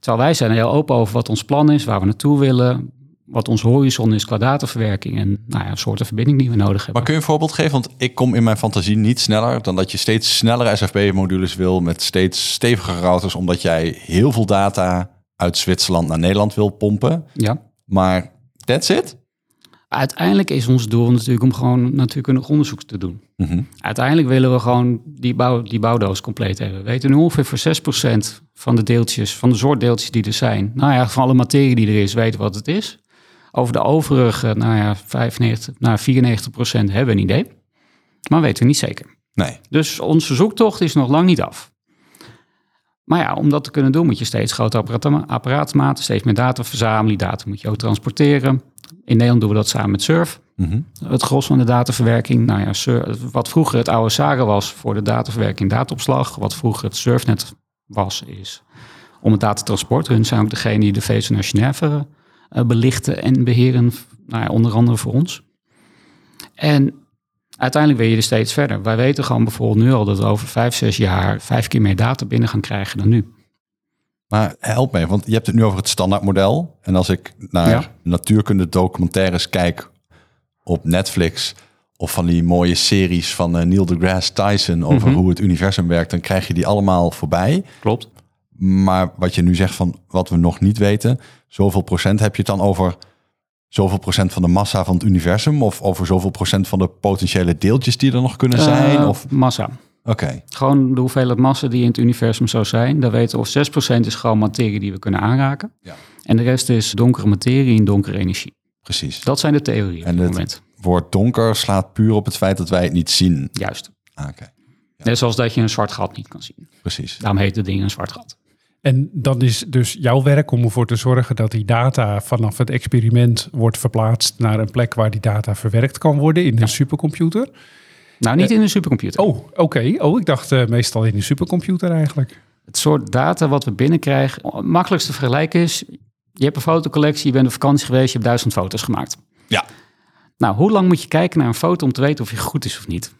Terwijl wij zijn heel open over wat ons plan is, waar we naartoe willen, wat ons horizon is qua dataverwerking en nou ja, soorten verbinding die we nodig hebben. Maar kun je een voorbeeld geven? Want ik kom in mijn fantasie niet sneller dan dat je steeds snellere S F P-modules wil met steeds stevigere routers, omdat jij heel veel data uit Zwitserland naar Nederland wil pompen. Ja. Maar that's it? Uiteindelijk is ons doel natuurlijk om gewoon natuurkundig onderzoek te doen. Mm-hmm. Uiteindelijk willen we gewoon die, bouw, die bouwdoos compleet hebben. We weten nu ongeveer voor zes procent van de deeltjes, van de soort deeltjes die er zijn. Nou ja, van alle materie die er is, weten we wat het is. Over de overige, nou ja, vijfennegentig, nou vierennegentig procent hebben we een idee. Maar weten we niet zeker. Nee. Dus onze zoektocht is nog lang niet af. Maar ja, om dat te kunnen doen moet je steeds grotere apparaatmaten, steeds meer data verzamelen. Die data moet je ook transporteren. In Nederland doen we dat samen met Surf. Mm-hmm. Het gros van de dataverwerking. Nou ja, Surf, wat vroeger het oude Saga was voor de dataverwerking dataopslag. Wat vroeger het Surfnet was, is om het datatransport. Hun zijn ook degene die de Vaison naar Genève uh, belichten en beheren. Nou ja, onder andere voor ons. En uiteindelijk wil je er steeds verder. Wij weten gewoon bijvoorbeeld nu al dat we over vijf, zes jaar vijf keer meer data binnen gaan krijgen dan nu. Maar help me, want je hebt het nu over het standaardmodel. En als ik naar Ja. natuurkunde documentaires kijk op Netflix of van die mooie series van uh, Neil deGrasse Tyson over Mhm. hoe het universum werkt, dan krijg je die allemaal voorbij. Klopt. Maar wat je nu zegt van wat we nog niet weten, zoveel procent heb je het dan over zoveel procent van de massa van het universum of over zoveel procent van de potentiële deeltjes die er nog kunnen zijn? Uh, of massa. Oké. Gewoon de hoeveelheid massa die in het universum zou zijn. Daar weten we of zes procent is gewoon materie die we kunnen aanraken. Ja. En de rest is donkere materie en donkere energie. Precies. Dat zijn de theorieën En op dit het moment. woord donker slaat puur op het feit dat wij het niet zien. Juist. Ah, Oké, Net zoals dat je een zwart gat niet kan zien. precies. Daarom heet het ding een zwart gat. En dan is dus jouw werk om ervoor te zorgen dat die data vanaf het experiment wordt verplaatst naar een plek waar die data verwerkt kan worden in een supercomputer. Nou, niet in een supercomputer. Oh, oké. Okay. Oh, ik dacht uh, meestal in een supercomputer eigenlijk. Het soort data wat we binnenkrijgen, het makkelijkste te vergelijken is, je hebt een fotocollectie, je bent op vakantie geweest, je hebt duizend foto's gemaakt. Ja. Nou, hoe lang moet je kijken naar een foto om te weten of je goed is of niet?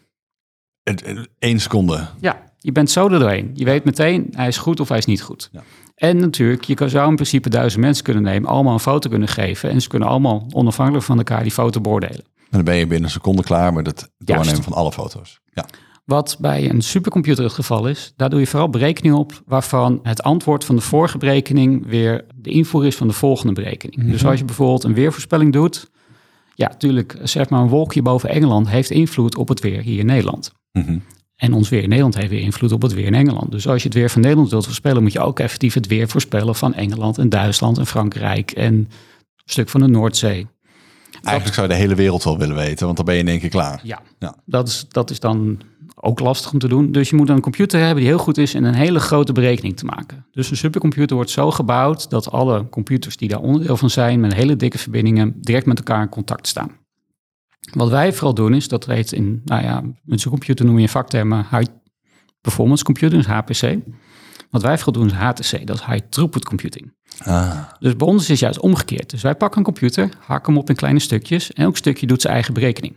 Eén seconde. Ja, je bent zo er doorheen. Je weet meteen, hij is goed of hij is niet goed. Ja. En natuurlijk, je zou in principe duizend mensen kunnen nemen, allemaal een foto kunnen geven en ze kunnen allemaal onafhankelijk van elkaar die foto beoordelen. En dan ben je binnen een seconde klaar met het doornemen Juist. van alle foto's. Ja. Wat bij een supercomputer het geval is, daar doe je vooral berekeningen op waarvan het antwoord van de vorige berekening weer de invoer is van de volgende berekening. Mm-hmm. Dus als je bijvoorbeeld een weervoorspelling doet, ja, natuurlijk, zeg maar een wolkje boven Engeland heeft invloed op het weer hier in Nederland. Mm-hmm. En ons weer in Nederland heeft weer invloed op het weer in Engeland. Dus als je het weer van Nederland wilt voorspellen, moet je ook effectief het weer voorspellen van Engeland en Duitsland en Frankrijk en een stuk van de Noordzee. Eigenlijk zou je de hele wereld wel willen weten, want dan ben je in één keer klaar. Ja, Ja. Dat, is, dat is dan ook lastig om te doen. Dus je moet dan een computer hebben die heel goed is in een hele grote berekening te maken. Dus een supercomputer wordt zo gebouwd dat alle computers die daar onderdeel van zijn met hele dikke verbindingen direct met elkaar in contact staan. Wat wij vooral doen is, dat heet in, nou ja, met zo'n computer noem je in vaktermen high performance computing, dus H P C. Wat wij vooral doen is H T C, dat is high throughput computing. Ah, Dus bij ons is het juist omgekeerd. Dus wij pakken een computer, hakken hem op in kleine stukjes en elk stukje doet zijn eigen berekening.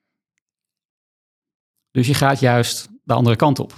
Dus je gaat juist de andere kant op.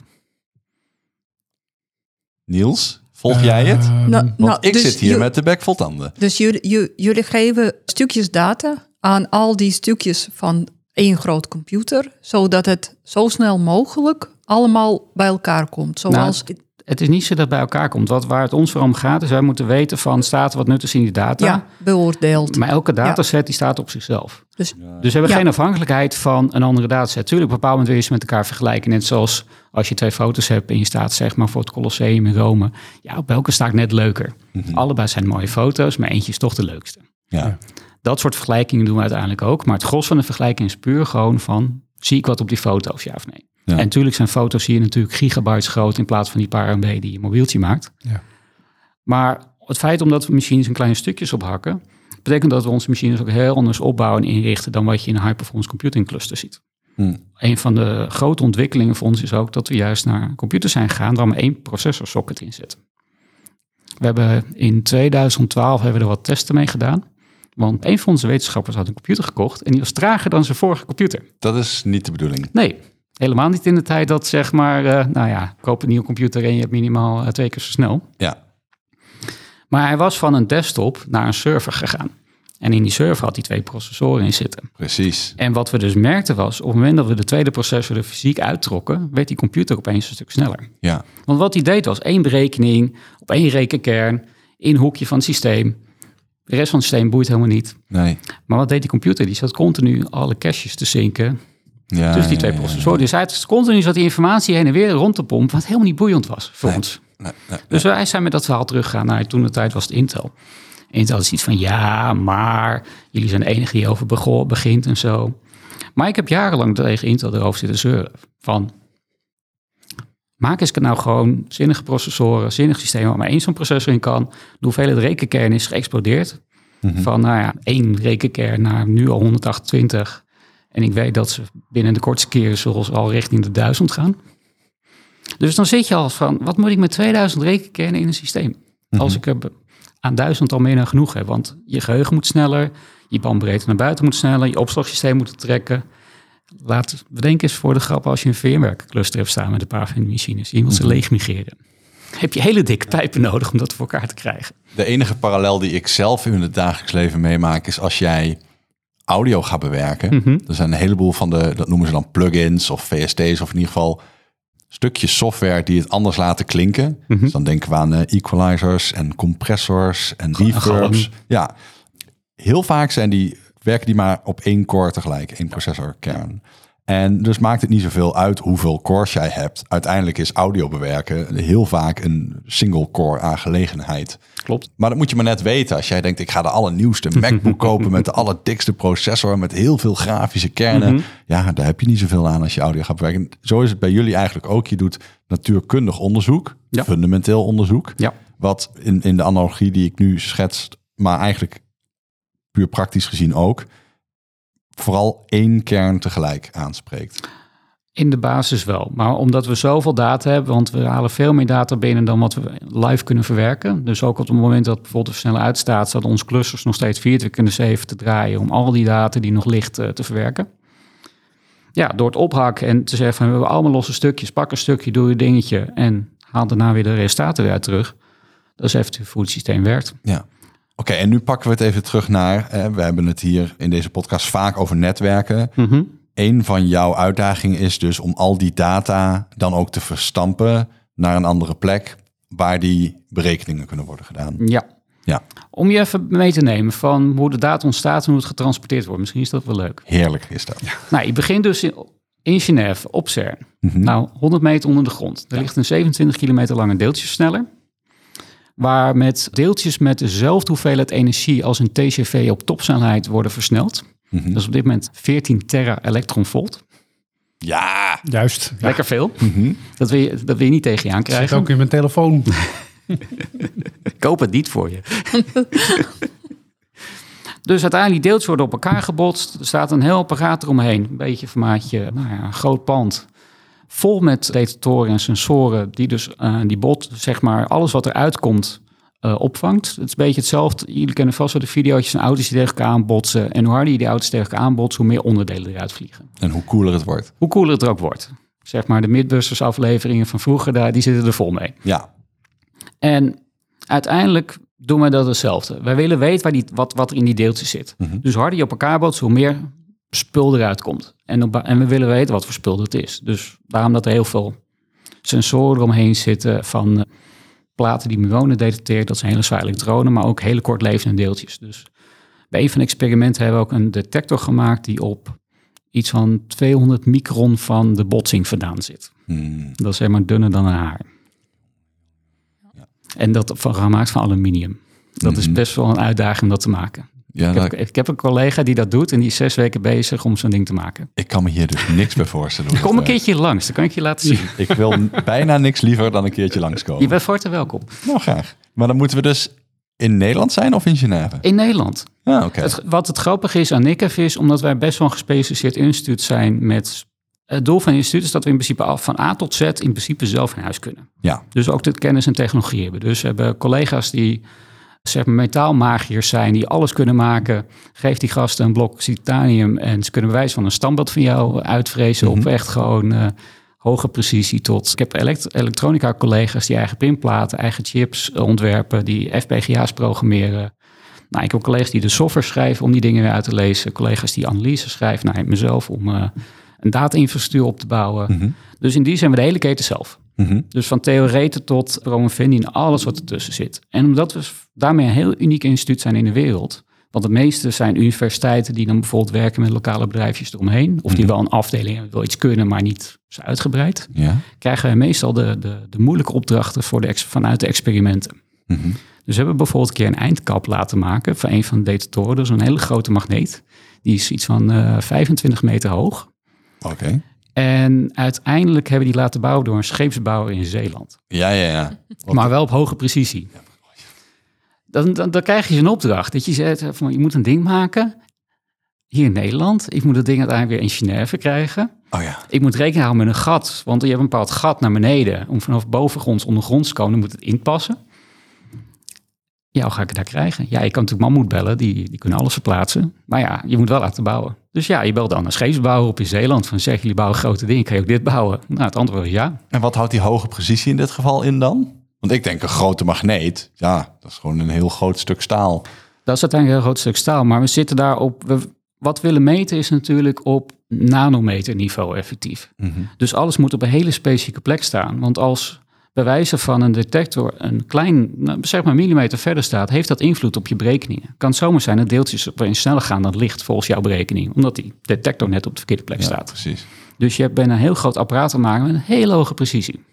Niels, volg jij het? Ehm, Nou, Want nou, ik dus zit hier ju- met de bek vol tanden. Dus jullie, ju- jullie geven stukjes data aan al die stukjes van één groot computer, zodat het zo snel mogelijk allemaal bij elkaar komt. Zoals, Het is niet zo dat het bij elkaar komt. Wat, waar het ons voor om gaat, is wij moeten weten van, staat er wat nuttigs in die data? ja, beoordeeld. Maar elke dataset die staat op zichzelf. Dus Dus we hebben Ja. geen afhankelijkheid van een andere dataset. Tuurlijk, op een bepaald moment wil je ze met elkaar vergelijken. Net zoals als je twee foto's hebt en je staat zeg maar voor het Colosseum in Rome. Ja, op welke sta ik net leuker? Mhm. Allebei zijn mooie foto's, maar eentje is toch de leukste. Ja. Dat soort vergelijkingen doen we uiteindelijk ook. Maar het gros van de vergelijking is puur gewoon van, zie ik wat op die foto's, ja of nee? Ja. En natuurlijk zijn foto's hier natuurlijk gigabytes groot in plaats van die paar M B die je mobieltje maakt. Ja. Maar het feit omdat we machines in kleine stukjes ophakken, betekent dat we onze machines ook heel anders opbouwen en inrichten dan wat je in een high-performance computing cluster ziet. Hm. Een van de grote ontwikkelingen voor ons is ook dat we juist naar computers zijn gegaan waar we één processorsocket in zitten. We hebben in tweeduizend twaalf hebben we er wat testen mee gedaan. Want een van onze wetenschappers had een computer gekocht en die was trager dan zijn vorige computer. Dat is niet de bedoeling. Nee, helemaal niet in de tijd dat zeg maar, uh, nou ja, koop een nieuwe computer en je hebt minimaal uh, twee keer zo snel. Ja. Maar hij was van een desktop naar een server gegaan. En in die server had hij twee processoren in zitten. Precies. En wat we dus merkten was, op het moment dat we de tweede processor er fysiek uittrokken, werd die computer opeens een stuk sneller. Ja. Want wat hij deed was één berekening op één rekenkern, één hoekje van het systeem. De rest van het systeem boeit helemaal niet. Nee. Maar wat deed die computer? Die zat continu alle caches te zinken Ja, tussen die twee ja, ja, processoren. ja. Dus hij had continu zat die informatie heen en weer rond te pompen, wat helemaal niet boeiend was voor Nee. ons. Nee, nee, Dus wij zijn met dat verhaal teruggegaan naar toen de tijd was het Intel. Intel is iets van ja, maar jullie zijn de enige die over bego- begint en zo. Maar ik heb jarenlang tegen Intel erover zitten zeuren. Van, maak eens nou gewoon zinnige processoren, zinnig systeem waar maar één zo'n processor in kan. De hoeveelheid rekenkern is geëxplodeerd. Mm-hmm. Van nou ja, één rekenkern naar nu al honderdachtentwintig. En ik weet dat ze binnen de kortste keren zoals al richting de duizend gaan. Dus dan zit je al van, wat moet ik met tweeduizend rekenkernen in een systeem? Mm-hmm. Als ik er aan duizend al meer dan genoeg heb. Want je geheugen moet sneller, je bandbreedte naar buiten moet sneller, je opslagsysteem moet trekken. Laat bedenken eens voor de grap als je een VMware-cluster hebt staan met een paar van die machines. Je moet ze Mm-hmm. leeg migreren. Heb je hele dikke pijpen nodig om dat voor elkaar te krijgen. De enige parallel die ik zelf in het dagelijks leven meemaak is als jij audio gaat bewerken. Mm-hmm. Er zijn een heleboel van de, dat noemen ze dan plugins of V S T's of in ieder geval stukjes software die het anders laten klinken. Mm-hmm. Dus dan denken we aan uh, equalizers en compressors en Galm. reverbs. Ja, heel vaak zijn die, werken die maar op één core tegelijk, één processorkern. En dus maakt het niet zoveel uit hoeveel cores jij hebt. Uiteindelijk is audio bewerken heel vaak een single core aangelegenheid. Klopt. Maar dat moet je maar net weten. Als jij denkt, ik ga de allernieuwste MacBook kopen met de allerdikste processor, met heel veel grafische kernen. Mm-hmm. Ja, daar heb je niet zoveel aan als je audio gaat bewerken. Zo is het bij jullie eigenlijk ook. Je doet natuurkundig onderzoek, Ja. fundamenteel onderzoek. Ja. Wat in, in de analogie die ik nu schets, maar eigenlijk puur praktisch gezien ook, vooral één kern tegelijk aanspreekt. In de basis wel. Maar omdat we zoveel data hebben, want we halen veel meer data binnen dan wat we live kunnen verwerken. Dus ook op het moment dat bijvoorbeeld de versneller uitstaat, staat onze clusters nog steeds vierentwintig zeven te draaien om al die data die nog ligt uh, te verwerken. Ja, door het ophakken en te zeggen van we hebben allemaal losse stukjes, pak een stukje, doe je dingetje en haal daarna weer de resultaten weer uit terug. Dat is effectief hoe het systeem werkt. Ja. Oké, en nu pakken we het even terug naar, eh, we hebben het hier in deze podcast vaak over netwerken. Mm-hmm. Een van jouw uitdagingen is dus om al die data dan ook te verstampen naar een andere plek waar die berekeningen kunnen worden gedaan. Ja. Ja, Om je even mee te nemen van hoe de data ontstaat en hoe het getransporteerd wordt. Misschien is dat wel leuk. heerlijk is dat. Nou, je begint dus in, in Genève op CERN. Mhm. Nou, honderd meter onder de grond. Er ligt een zevenentwintig kilometer lange deeltjesversneller. Waar met deeltjes met dezelfde hoeveelheid energie als een T G V op topsnelheid worden versneld. Mhm. Dat is op dit moment veertien tera elektronvolt. Ja. Juist. Ja. Lekker veel. Mhm. Dat wil je, dat wil je niet tegen je aan Zit krijgen. ook in mijn telefoon. Ik koop het niet voor je. Dus uiteindelijk die deeltjes worden op elkaar gebotst. Er staat een heel apparaat eromheen. Een beetje formaatje, nou ja, een groot pand. Vol met detectoren en sensoren die dus uh, die bot, zeg maar, alles wat eruit komt, uh, opvangt. Het is een beetje hetzelfde. Jullie kennen vast wel de video's van auto's die tegen elkaar aanbotsen. En hoe harder je die auto's tegen elkaar aanbotst, hoe meer onderdelen eruit vliegen. En hoe cooler het wordt. Hoe cooler het er ook wordt. Zeg maar, de Mythbusters afleveringen van vroeger, daar, die zitten er vol mee. Ja. En uiteindelijk doen wij dat hetzelfde. Wij willen weten waar die, wat, wat er in die deeltjes zit. Mhm. Dus hoe harder je op elkaar botst, hoe meer spul eruit komt. En, op, en we willen weten wat voor spul het is. Dus daarom dat er heel veel sensoren eromheen zitten van uh, platen die muonen detecteert. Dat zijn hele zware elektronen, maar ook hele kortlevende deeltjes. Dus bij een van de experimenten hebben we ook een detector gemaakt die op iets van tweehonderd micron van de botsing vandaan zit. Hmm. Dat is helemaal dunner dan een haar. Ja. En dat van, gemaakt van aluminium. Dat is Mhm. best wel een uitdaging om dat te maken. Ja, Ik dat- heb, ik heb een collega die dat doet en die is zes weken bezig om zo'n ding te maken. ik kan me hier dus niks bij voorstellen. Kom een keertje langs, dan kan ik je laten zien. Ik wil bijna niks liever dan een keertje langskomen. Je bent van harte welkom. Nou, graag. Maar dan moeten we dus in Nederland zijn of in Genève? In Nederland. Ja, oké. Het, wat het grappige is aan NICEF is, omdat wij best wel een gespecialiseerd instituut zijn met... Het doel van het instituut is dat we in principe af van A tot Z in principe zelf in huis kunnen. Ja. Dus ook de kennis en technologie hebben. Dus we hebben collega's die zeg maar metaalmagiërs zijn, die alles kunnen maken. Geef die gasten een blok titanium en ze kunnen bewijs van een standbeeld van jou uitvrezen Mhm. op echt gewoon uh, hoge precisie tot... Ik heb elekt- elektronica-collega's die eigen printplaten, eigen chips ontwerpen, die F P G A's programmeren. Nou, ik heb collega's die de software schrijven om die dingen weer uit te lezen. Collega's die analyse schrijven. Nou, mezelf om uh, een data-infrastructuur op te bouwen. Mm-hmm. Dus in die zijn we de hele keten zelf. Mm-hmm. Dus van theoreten tot promovendi en alles wat ertussen zit. En omdat we daarmee een heel uniek instituut zijn in de wereld... Want de meeste zijn universiteiten die dan bijvoorbeeld werken met lokale bedrijfjes eromheen. Of die wel een afdeling hebben, wel iets kunnen, maar niet zo uitgebreid. Ja. Krijgen we meestal de, de, de moeilijke opdrachten voor de ex, vanuit de experimenten. Mm-hmm. Dus we hebben bijvoorbeeld een keer een eindkap laten maken van een van de detectoren. Dat is een hele grote magneet. Die is iets van uh, vijfentwintig meter hoog. Oké. Okay. En uiteindelijk hebben die laten bouwen door een scheepsbouwer in Zeeland. Ja, ja, ja. Maar wel op hoge precisie. Ja. Dan, dan, dan krijg je een opdracht. Dat je zegt, van, je moet een ding maken hier in Nederland. Ik moet dat ding uiteindelijk weer in Genève krijgen. Oh ja. Ik moet rekening houden met een gat. Want je hebt een bepaald gat naar beneden. Om vanaf bovengronds ondergronds te komen, dan moet het inpassen. Ja, hoe ga ik het daar krijgen? Ja, je kan natuurlijk mammoet bellen. Die, die kunnen alles verplaatsen. Maar ja, je moet wel laten bouwen. Dus ja, je belt dan een scheepsbouwer op in Zeeland. Van zeg, jullie bouwen grote dingen. Kan je ook dit bouwen? Nou, het antwoord is ja. En wat houdt die hoge precisie in dit geval in dan? Want ik denk een grote magneet, ja, dat is gewoon een heel groot stuk staal. Dat is uiteindelijk een heel groot stuk staal. Maar we zitten daarop, we, wat we willen meten is natuurlijk op nanometer niveau effectief. Mm-hmm. Dus alles moet op een hele specifieke plek staan. Want als bij wijze van een detector een klein, zeg maar millimeter verder staat, heeft dat invloed op je berekeningen. Kan het zomaar zijn dat deeltjes opeens sneller gaan dan licht volgens jouw berekening. Omdat die detector net op de verkeerde plek ja, staat. Precies. Dus je bent een heel groot apparaat te maken met een hele hoge precisie.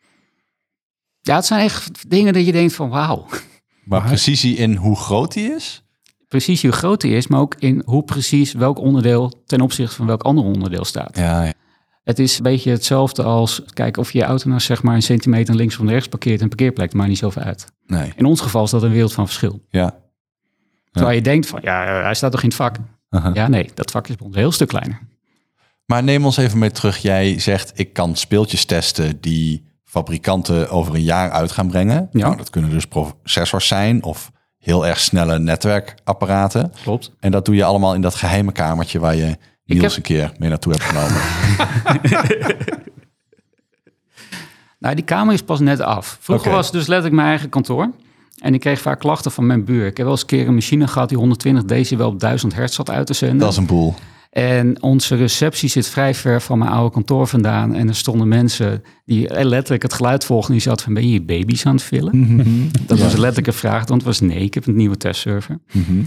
Ja, het zijn echt dingen dat je denkt van wauw. Maar precisie in hoe groot die is? Precisie hoe groot die is, maar ook in hoe precies welk onderdeel ten opzichte van welk ander onderdeel staat. Ja, ja. Het is een beetje hetzelfde als kijken of je je auto nou zeg maar een centimeter links of rechts parkeert en parkeerplek, maakt niet zoveel uit. Nee. In ons geval is dat een wereld van verschil. Ja. Terwijl ja. je denkt van ja, hij staat toch in het vak? Uh-huh. Ja, nee, dat vak is bij ons een heel stuk kleiner. Maar neem ons even mee terug. Jij zegt ik kan speeltjes testen die fabrikanten over een jaar uit gaan brengen. Ja. Nou, dat kunnen dus processors zijn of heel erg snelle netwerkapparaten. Klopt. En dat doe je allemaal in dat geheime kamertje waar je Niels heb... een keer mee naartoe hebt genomen. Nou, die kamer is pas net af. Vroeger okay. was het dus letterlijk mijn eigen kantoor. En ik kreeg vaak klachten van mijn buur. Ik heb wel eens een keer een machine gehad die honderdtwintig decibel op duizend hertz zat uit te zenden. Dat is een boel. En onze receptie zit vrij ver van mijn oude kantoor vandaan. En er stonden mensen die letterlijk het geluid volgden. Die zaten van, ben je je baby's aan het vullen? Mm-hmm. Dat was een letterlijke vraag. Want het was nee, ik heb een nieuwe testserver. Mm-hmm.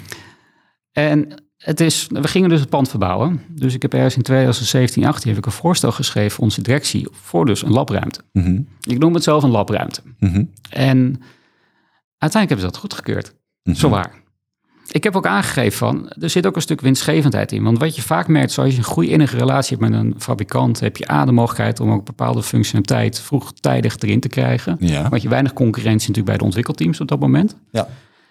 En het is, we gingen dus het pand verbouwen. Dus ik heb ergens in twintig zeventien, achttien heb ik een voorstel geschreven voor onze directie. Voor dus een labruimte. Mm-hmm. Ik noem het zelf een labruimte. Mm-hmm. En uiteindelijk hebben ze dat goedgekeurd. Mm-hmm. Zowaar. Ik heb ook aangegeven van, er zit ook een stuk winstgevendheid in. Want wat je vaak merkt, als je een goede innige relatie hebt met een fabrikant, heb je A, de mogelijkheid om ook bepaalde functionaliteit vroegtijdig erin te krijgen. Ja. Want je weinig concurrentie natuurlijk bij de ontwikkelteams op dat moment. Ja.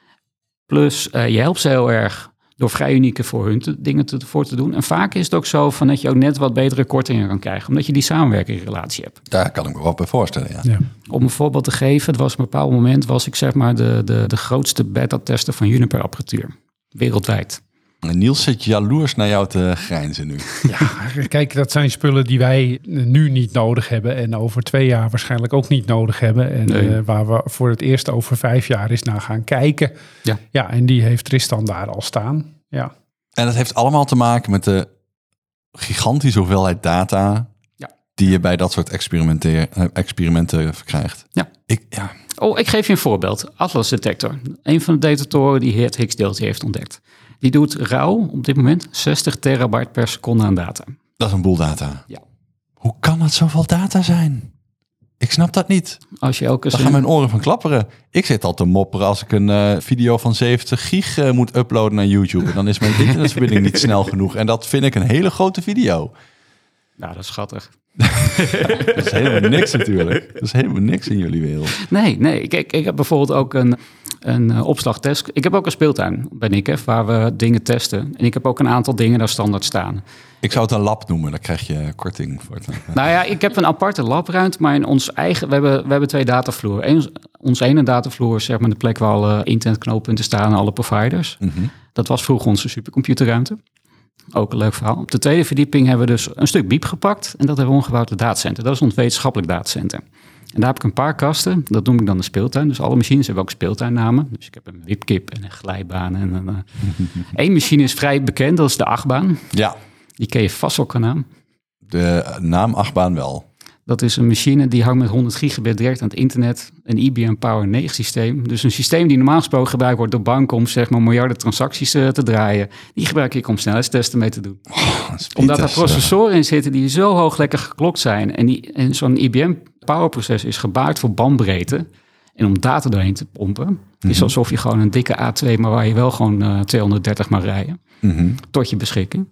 Plus, uh, je helpt ze heel erg door vrij unieke voor hun te, dingen te, voor te doen. En vaak is het ook zo van dat je ook net wat betere kortingen kan krijgen, omdat je die samenwerkingrelatie hebt. Daar kan ik me wat bij voorstellen, ja. ja. Om een voorbeeld te geven, het was een bepaald moment, was ik zeg maar de, de, de grootste beta-tester van Juniper apparatuur. Wereldwijd. En Niels zit jaloers naar jou te grijnzen nu. Ja, kijk, dat zijn spullen die wij nu niet nodig hebben en over twee jaar waarschijnlijk ook niet nodig hebben. En nee. uh, waar we voor het eerst over vijf jaar eens naar gaan kijken. Ja, ja en die heeft Tristan daar al staan. Ja. En dat heeft allemaal te maken met de gigantische hoeveelheid data ja. die je bij dat soort experimenten krijgt. Ja. Ik, ja. Oh, ik geef je een voorbeeld. Atlas Detector. Een van de detectoren die het Higgs-deeltje heeft ontdekt. Die doet rauw op dit moment zestig terabyte per seconde aan data. Dat is een boel data. Ja. Hoe kan dat zoveel data zijn? Ik snap dat niet. Als je elke Dan gaan mijn oren van klapperen. Ik zit al te mopperen als ik een uh, video van zeventig gig uh, moet uploaden naar YouTube. En dan is mijn internetverbinding niet snel genoeg. En dat vind ik een hele grote video. Nou, dat is schattig. Dat is helemaal niks natuurlijk. Dat is helemaal niks in jullie wereld. Nee, nee. Ik, ik, ik heb bijvoorbeeld ook een, een uh, opslagtest. Ik heb ook een speeltuin bij Nikef waar we dingen testen. En ik heb ook een aantal dingen daar standaard staan. Ik zou het een lab noemen, dan krijg je korting voor het. Nou ja, ik heb een aparte labruimte, maar in ons eigen, we hebben, we hebben twee datavloeren. Eén, ons ene datavloer is zeg maar de plek waar alle internetknooppunten staan en alle providers. Mm-hmm. Dat was vroeger onze supercomputerruimte. Ook een leuk verhaal. Op de tweede verdieping hebben we dus een stuk biep gepakt. En dat hebben we omgebouwd tot datacenter. Dat is ons wetenschappelijk datacenter. En daar heb ik een paar kasten. Dat noem ik dan de speeltuin. Dus alle machines hebben ook speeltuinnamen. Dus ik heb een wipkip en een glijbaan. En een, uh... Eén machine is vrij bekend. Dat is de achtbaan. Ja. Die ken je vast ook een naam. De naam achtbaan wel. Dat is een machine die hangt met honderd gigabit direct aan het internet. Een I B M Power negen systeem. Dus een systeem die normaal gesproken gebruikt wordt door banken om zeg maar miljarden transacties uh, te draaien. Die gebruik ik om snelheidstesten mee te doen. Oh, Omdat er processoren in zitten die zo hoog lekker geklokt zijn. En, die, en zo'n I B M Power processor is gebaard voor bandbreedte. En om data doorheen te pompen. Mm-hmm. Is alsof je gewoon een dikke A twee, maar waar je wel gewoon uh, tweehonderddertig mag rijden. Mm-hmm. Tot je beschikking.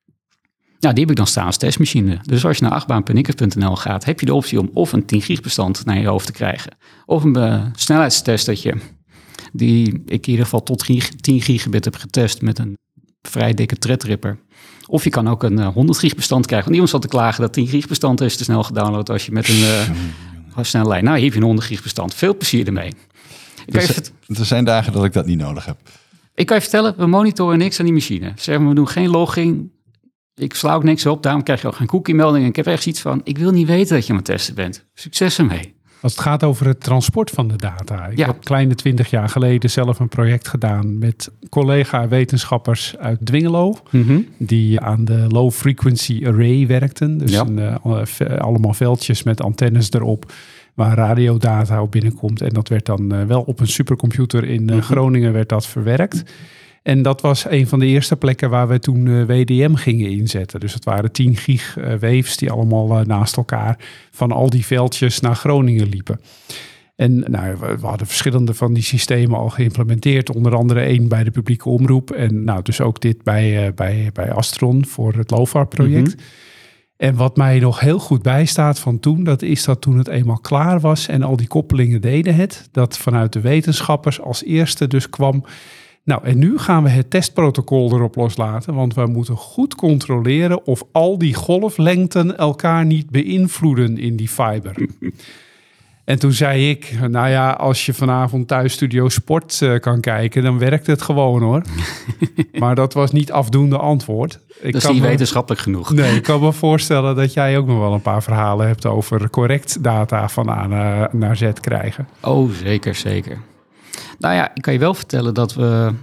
Nou, die heb ik dan staan als testmachine. Dus als je naar achtbaan punt nikkers punt n l gaat, heb je de optie om of een tien gig bestand naar je hoofd te krijgen. Of een uh, snelheidstestertje, die ik in ieder geval tot tien gigabit heb getest met een vrij dikke threadripper. Of je kan ook een uh, honderd gig bestand krijgen. Want iemand zat te klagen dat tien gig bestand is te snel gedownload als je met een uh, snelle lijn. Nou, hier heb je een honderd gig bestand. Veel plezier ermee. Ik Dus, vert... Er zijn dagen dat ik dat niet nodig heb. Ik kan je vertellen, we monitoren niks aan die machine. Zeg maar, we doen geen logging. Ik sla ook niks op, daarom krijg je ook geen cookie-melding. Ik heb echt iets van, ik wil niet weten dat je aan het testen bent. Succes ermee. Als het gaat over het transport van de data. Ik ja. heb kleine twintig jaar geleden zelf een project gedaan met collega-wetenschappers uit Dwingelo. Mm-hmm. Die aan de Low Frequency Array werkten. Dus ja. een, uh, allemaal veldjes met antennes erop waar radiodata op binnenkomt. En dat werd dan uh, wel op een supercomputer in uh, mm-hmm. Groningen werd dat verwerkt. En dat was een van de eerste plekken waar we toen uh, W D M gingen inzetten. Dus het waren tien gig uh, waves die allemaal uh, naast elkaar van al die veldjes naar Groningen liepen. En nou, we, we hadden verschillende van die systemen al geïmplementeerd. Onder andere één bij de publieke omroep. En nou, dus ook dit bij, uh, bij, bij Astron voor het LOFAR-project. Mm-hmm. En wat mij nog heel goed bijstaat van toen, dat is dat toen het eenmaal klaar was en al die koppelingen deden het, dat vanuit de wetenschappers als eerste dus kwam. Nou, en nu gaan we het testprotocol erop loslaten, want we moeten goed controleren of al die golflengten elkaar niet beïnvloeden in die fiber. En toen zei ik, nou ja, als je vanavond thuis Studio Sport uh, kan kijken, dan werkt het gewoon hoor. Maar dat was niet afdoende antwoord. Ik dat is niet me... wetenschappelijk genoeg. Nee, ik kan me voorstellen dat jij ook nog wel een paar verhalen hebt over correct data van A naar, naar Z krijgen. Oh, zeker, zeker. Nou ja, ik kan je wel vertellen dat we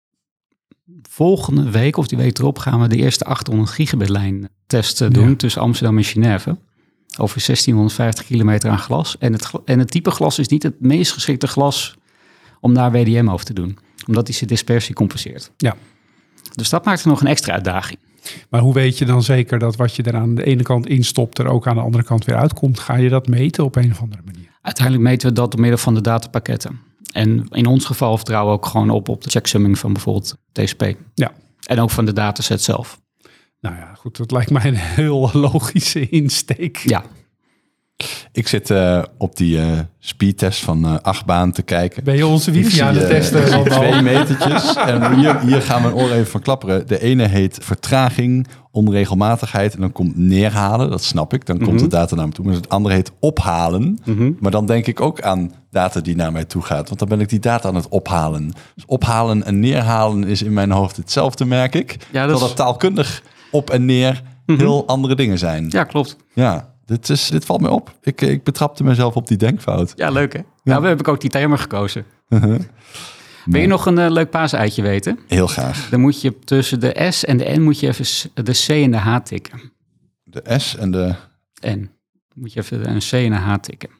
volgende week of die week erop gaan we de eerste achthonderd gigabit lijn testen doen ja. tussen Amsterdam en Genève. Over zestienhonderdvijftig kilometer aan glas. En het, en het type glas is niet het meest geschikte glas om daar W D M over te doen. Omdat die zijn dispersie compenseert. Ja. Dus dat maakt er nog een extra uitdaging. Maar hoe weet je dan zeker dat wat je er aan de ene kant instopt er ook aan de andere kant weer uitkomt? Ga je dat meten op een of andere manier? Uiteindelijk meten we dat door middel van de datapakketten. En in ons geval vertrouwen we ook gewoon op op de checksumming van bijvoorbeeld T C P. Ja. En ook van de dataset zelf. Nou ja, goed, dat lijkt mij een heel logische insteek. Ja. Ik zit uh, op die uh, speedtest van uh, achtbaan te kijken. Ben je onze wifi aan het testen? Uh, twee metertjes. En hier, hier gaan we een oor even van klapperen. De ene heet vertraging, onregelmatigheid. En dan komt neerhalen, dat snap ik. Dan mm-hmm. komt de data naar me toe. Maar het andere heet ophalen. Mm-hmm. Maar dan denk ik ook aan data die naar mij toe gaat. Want dan ben ik die data aan het ophalen. Dus ophalen en neerhalen is in mijn hoofd hetzelfde, merk ik. Ja, dat Terwijl dat taalkundig op en neer mm-hmm. heel andere dingen zijn. Ja, klopt. Ja. Dit, is, dit valt me op. Ik, ik betrapte mezelf op die denkfout. Ja, leuk hè? Ja. Nou, we hebben ook die termen gekozen. Uh-huh. Wil je nog een uh, leuk paaseitje weten? Heel graag. Dan moet je tussen de S en de N moet je even de C en de H tikken. De S en de... N. Moet je even een C en een H tikken.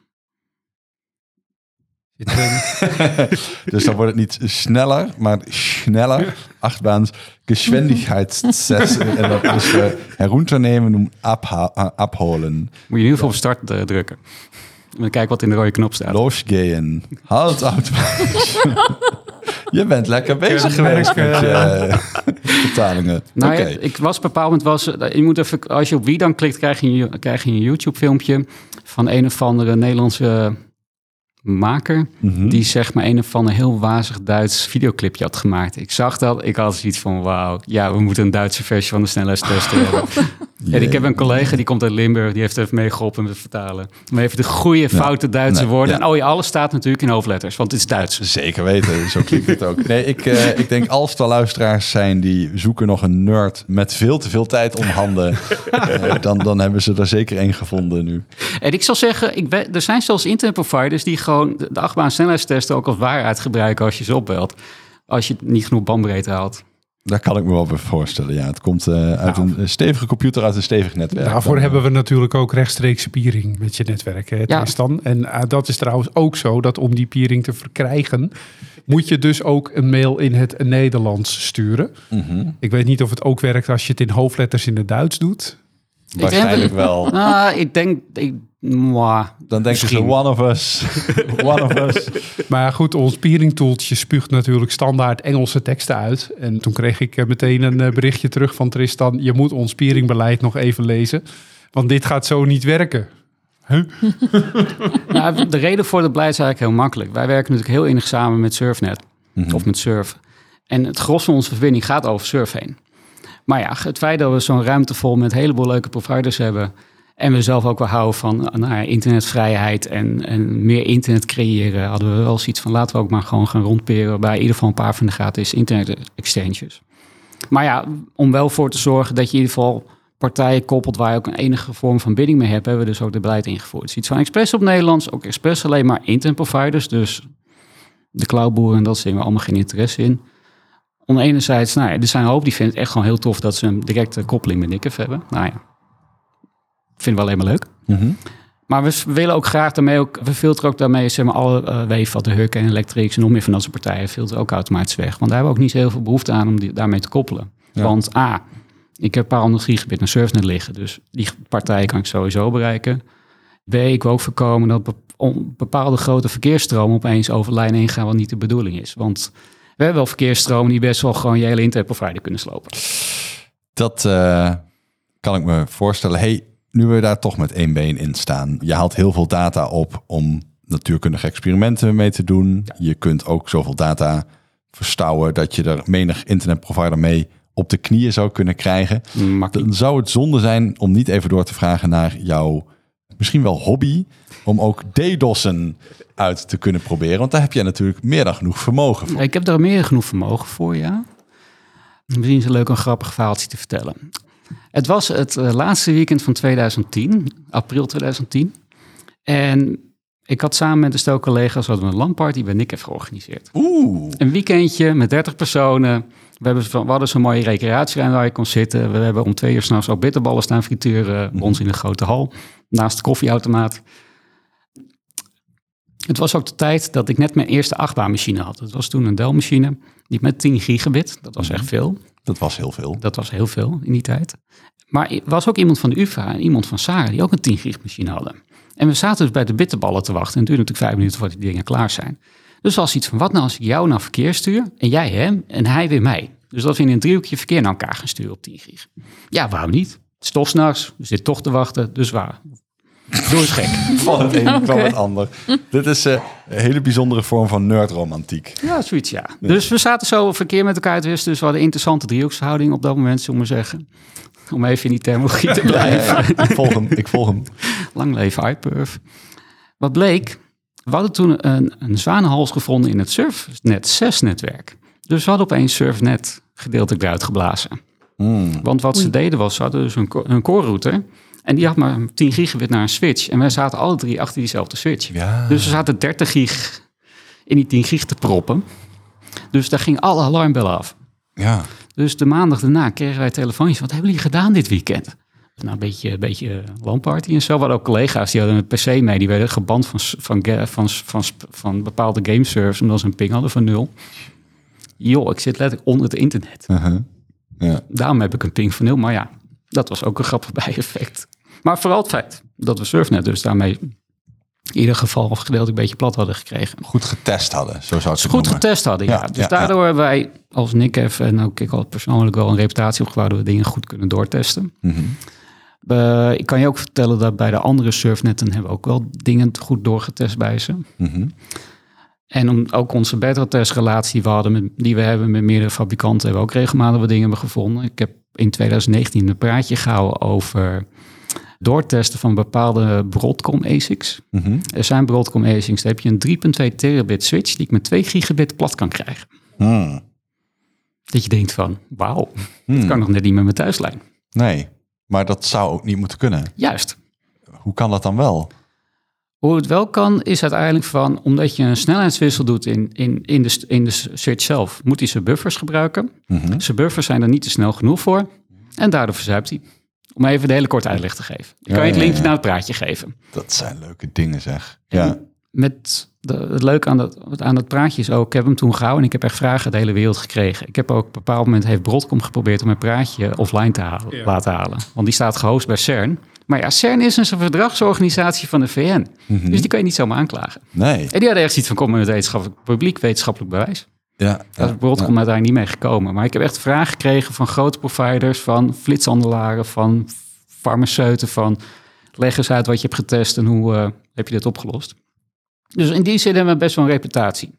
Dus dan wordt het niet sneller, maar sneller. Achtbaans Geschwindigkeitstest. En dat is uh, herunternemen om abha- abholen. Moet je in ieder geval op start uh, drukken. En dan kijk wat in de rode knop staat. Losgehen. Halt automatisch. Je bent lekker bezig geweest met je uh, vertalingen. Nou okay. ja, ik was bepaald was je moet even, als je op wie dan klikt, krijg je een, krijg je een YouTube filmpje van een of andere Nederlandse maker, Mm-hmm. die zeg maar een of ander heel wazig Duits videoclipje had gemaakt. Ik zag dat, ik had zoiets van, wauw, ja, we moeten een Duitse versie van de snelheidstest hebben. En ik heb een collega, die komt uit Limburg, die heeft even meegeholpen met het vertalen. Maar even de goede, foute Duitse nee, woorden. ja. En oh ja, alles staat natuurlijk in hoofdletters, want het is Duits. Zeker weten, zo klinkt het ook. Nee, ik, uh, ik denk als er luisteraars zijn die zoeken nog een nerd met veel te veel tijd om handen, uh, dan, dan hebben ze er zeker één gevonden nu. En ik zal zeggen, ik weet, er zijn zelfs internetproviders die gewoon de, de achtbaan snelheidstesten ook als waarheid gebruiken als je ze opbelt. Als je niet genoeg bandbreedte haalt. Daar kan ik me wel bij voorstellen. Ja, het komt uh, uit Nou, een stevige computer, uit een stevig netwerk. Daarvoor Dan, hebben we natuurlijk ook rechtstreekse peering met je netwerk, hè, Ja. Tristan. En uh, dat is trouwens ook zo, dat om die peering te verkrijgen, moet je dus ook een mail in het Nederlands sturen. Mm-hmm. Ik weet niet of het ook werkt als je het in hoofdletters in het Duits doet. Waarschijnlijk wel. Ah, ik denk, ik, mwah, Dan denken ze, misschien. one of us. One of us. Maar goed, ons peeringtoeltje spuugt natuurlijk standaard Engelse teksten uit. En toen kreeg ik uh, meteen een uh, berichtje terug van Tristan. Je moet ons peeringbeleid nog even lezen, want dit gaat zo niet werken. Huh? Nou, de reden voor dat beleid is eigenlijk heel makkelijk. Wij werken natuurlijk heel innig samen met Surfnet. Mm-hmm. Of met Surf. En het gros van onze verbinding gaat over Surf heen. Maar ja, het feit dat we zo'n ruimte vol met een heleboel leuke providers hebben, en we zelf ook wel houden van nou ja, internetvrijheid en, en meer internet creëren, hadden we wel zoiets van laten we ook maar gewoon gaan rondperen bij in ieder geval een paar van de gratis internet exchanges. Maar ja, om wel voor te zorgen dat je in ieder geval partijen koppelt waar je ook een enige vorm van binding mee hebt, hebben we dus ook de beleid ingevoerd. Dus iets van Express op Nederlands, ook Express alleen maar internetproviders, dus de cloudboeren en dat zijn we allemaal geen interesse in. Om enerzijds, nou ja, er zijn een hoop die vinden het echt gewoon heel tof dat ze een directe koppeling met Nikef hebben. Nou ja, vinden we alleen maar leuk. Mm-hmm. Maar we willen ook graag daarmee ook, we filteren ook daarmee zeg maar alle uh, Weefat, de Huk en Electrix en nog meer van dat soort partijen filteren ook automatisch weg. Want daar hebben we ook niet zo heel veel behoefte aan om die, daarmee te koppelen. Ja. Want A, ik heb een paar honderd gigabit naar Surfnet liggen, dus die partijen kan ik sowieso bereiken. B, ik wil ook voorkomen dat be- om bepaalde grote verkeersstromen opeens over lijn heen gaan, wat niet de bedoeling is. Want we hebben wel verkeersstromen die best wel gewoon je hele internetprovider kunnen slopen. Dat uh, kan ik me voorstellen. Hey, nu we daar toch met één been in staan. Je haalt heel veel data op om natuurkundige experimenten mee te doen. Ja. Je kunt ook zoveel data verstouwen dat je er menig internetprovider mee op de knieën zou kunnen krijgen. Makkie. Dan zou het zonde zijn om niet even door te vragen naar jouw misschien wel hobby, om ook DDoS'en uit te kunnen proberen. Want daar heb jij natuurlijk meer dan genoeg vermogen voor. Ik heb daar meer dan genoeg vermogen voor, ja. Misschien is het leuk om een grappig verhaaltje te vertellen. Het was het uh, laatste weekend van tweeduizend tien, april tweeduizend tien. En ik had samen met een stel collega's hadden we een LAN-party bij Nikef georganiseerd. Oeh. Een weekendje met dertig personen. We, hebben, we hadden zo'n mooie recreatieruimte waar je kon zitten. We hebben om twee uur s'nachts ook bitterballen staan frituren bij ons in de grote hal. Naast de koffieautomaat. Het was ook de tijd dat ik net mijn eerste achtbaanmachine had. Het was toen een Dell-machine, die met tien gigabit. Dat was echt veel. Dat was heel veel. Dat was heel veel in die tijd. Maar er was ook iemand van de U vA en iemand van Sarah die ook een tien gig machine hadden. En we zaten dus bij de bitterballen te wachten. En het duurde natuurlijk vijf minuten voordat die dingen klaar zijn. Dus was iets van, wat nou als ik jou naar verkeer stuur en jij hem en hij weer mij. Dus dat we in een driehoekje verkeer naar elkaar gaan sturen op tien gig. Ja, waarom niet? Het is toch 's nachts, we zitten toch te wachten, dus waar. Doe eens gek. Van het een Okay. kwam het ander. Dit is uh, een hele bijzondere vorm van nerdromantiek. Ja, zoiets, ja. Dus we zaten zo verkeer met elkaar te wisten. Dus we hadden een interessante driehoeksverhouding op dat moment, zullen we maar zeggen. Om even in die terminologie te blijven. Ja, ja, ik volg hem, ik volg hem. Lang leven iPerf. Wat bleek, we hadden toen een, een zwanenhals gevonden in het Surfnet zes netwerk. Dus we hadden opeens Surfnet gedeeltelijk eruit geblazen. Mm. Want wat ze deden was, ze hadden dus een, een core router. En die had maar tien gigabit naar een switch. En wij zaten alle drie achter diezelfde switch. Ja. Dus we zaten dertig gig in die tien gig te proppen. Dus daar gingen alle alarmbellen af. Ja. Dus de maandag daarna kregen wij telefoontjes. Wat hebben jullie gedaan dit weekend? Nou, een beetje, een beetje LAN-party en zo. We hadden ook collega's die hadden een P C mee. Die werden geband van, van, van, van, van, van bepaalde gameservers. Omdat ze een ping hadden van nul. Joh, ik zit letterlijk onder het internet. Uh-huh. Ja. Daarom heb ik een ping van nul. Maar ja, dat was ook een grappig bijeffect. Maar vooral het feit dat we Surfnet dus daarmee in ieder geval of gedeeltelijk een beetje plat hadden gekregen. Goed getest hadden, zo zou het Goed noemen. getest hadden, ja. Ja, dus ja, daardoor ja. hebben wij als Nikef en ook ik al persoonlijk wel een reputatie opgebouwd dat we dingen goed kunnen doortesten. Mm-hmm. Uh, ik kan je ook vertellen dat bij de andere surfnetten hebben we ook wel dingen goed doorgetest bij ze. Mm-hmm. En om, ook onze beta-test-relatie die we, hadden met, die we hebben met meerdere fabrikanten, hebben we ook regelmatig wat dingen hebben gevonden. Ik heb in twintig negentien een praatje gehouden over doortesten van bepaalde Broadcom A S I Cs. Mm-hmm. Er zijn Broadcom A S I Cs, daar heb je een drie komma twee terabit switch die ik met twee gigabit plat kan krijgen. Mm. Dat je denkt van, wauw, Mm. dat kan nog net niet met mijn thuislijn. Nee, maar dat zou ook niet moeten kunnen. Juist. Hoe kan dat dan wel? Hoe het wel kan, is uiteindelijk van, omdat je een snelheidswissel doet in, in, in, de, in de switch zelf, moet hij zijn buffers gebruiken. Mm-hmm. Zijn buffers zijn er niet te snel genoeg voor. En daardoor verzuipt hij. Om even de hele korte uitleg te geven. Ik kan Ja, je het ja, linkje ja. naar het praatje geven. Dat zijn leuke dingen, zeg. Ja. En met de, het leuke aan dat, aan dat praatje is ook, ik heb hem toen gehouden en ik heb echt vragen uit de hele wereld gekregen. Ik heb ook op een bepaald moment, heeft Broadcom geprobeerd om mijn praatje offline te halen, Ja. laten halen. Want die staat gehost bij CERN. Maar ja, CERN is een verdragsorganisatie van de V N. Mm-hmm. Dus die kan je niet zomaar aanklagen. Nee. En die hadden echt iets van, kom met het wetenschappelijk publiek, wetenschappelijk bewijs. Ja, Daar is Broadcom uiteindelijk niet mee gekomen. Maar ik heb echt vragen gekregen van grote providers, van flitshandelaren, van farmaceuten, van leg eens uit wat je hebt getest en hoe uh, heb je dit opgelost. Dus in die zin hebben we best wel een reputatie.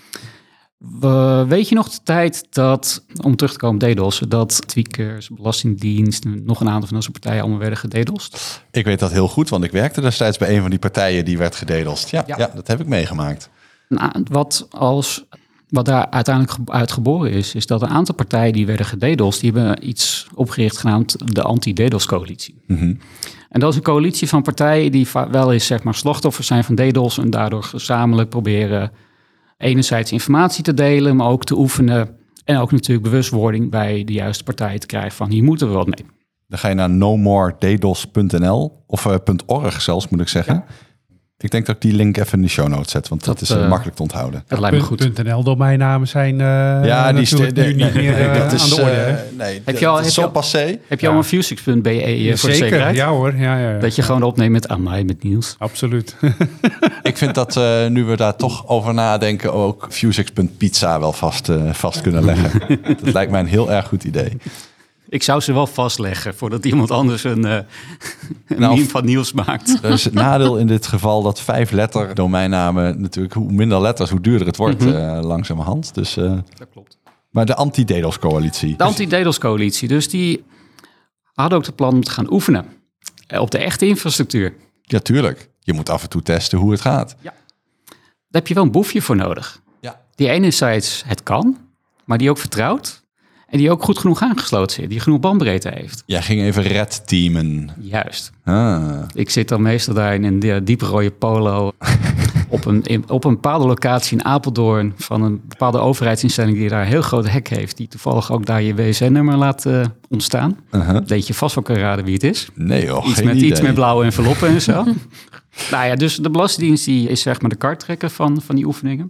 We, weet je nog de tijd dat, om terug te komen op DDoS, dat tweakers, Belastingdienst, nog een aantal van onze partijen allemaal werden gededost? Ik weet dat heel goed, want ik werkte destijds bij een van die partijen die werd gededost. Ja, ja. Ja. ja dat heb ik meegemaakt. Nou, wat, als, wat daar uiteindelijk uit geboren is, is dat een aantal partijen die werden gededost, die hebben iets opgericht genaamd de Anti-DDoS-coalitie. Mm-hmm. En dat is een coalitie van partijen die va- wel eens zeg maar slachtoffers zijn van DDoS en daardoor gezamenlijk proberen enerzijds informatie te delen, maar ook te oefenen en ook natuurlijk bewustwording bij de juiste partijen te krijgen van hier moeten we wat mee. Dan ga je naar no more dedos punt n l of uh, .org zelfs, moet ik zeggen. Ja. Ik denk dat ik die link even in de show notes zet, want dat, dat is uh, makkelijk te onthouden. Dat lijkt me goed. .nl domeinnamen zijn uh, ja, die natuurlijk de, nu nee, niet meer nee, uh, dat is, aan de orde. Uh, Hè? nee, heb je al, dat is zo passé. Heb je al een Fusix punt b e ja, voor de zeker, zekerheid? ja hoor. Ja, ja, ja. Dat je gewoon opneemt met aan mij, met Niels. Absoluut. Ik vind dat uh, nu we daar toch over nadenken, ook Fusix punt pizza wel vast, uh, vast kunnen leggen. Dat lijkt mij een heel erg goed idee. Ik zou ze wel vastleggen voordat iemand anders een, uh, een nou, meme van Niels maakt. Er is het nadeel in dit geval dat vijf letter domeinnamen natuurlijk, hoe minder letters, hoe duurder het wordt mm-hmm. uh, langzamerhand. Dus, uh, dat klopt. Maar de anti-DDoS-coalitie. De anti-DDoS-coalitie. Dus die hadden ook het plan om te gaan oefenen op de echte infrastructuur. Ja, tuurlijk. Je moet af en toe testen hoe het gaat. Ja. Daar heb je wel een boefje voor nodig. Ja. Die enerzijds het kan, maar die ook vertrouwt. En die ook goed genoeg aangesloten zit. Die genoeg bandbreedte heeft. Jij ging even red teamen. Juist. Ah. Ik zit dan meestal daar in een diepe rode polo. op, een, in, op een bepaalde locatie in Apeldoorn. Van een bepaalde overheidsinstelling die daar een heel groot hek heeft. Die toevallig ook daar je W S N-nummer laat uh, ontstaan. Uh-huh. Dat je vast wel kan raden wie het is. Nee joh, iets geen met, idee. Iets met blauwe enveloppen en zo. Nou ja, dus de Belastingdienst die is zeg maar de karttrekker van, van die oefeningen.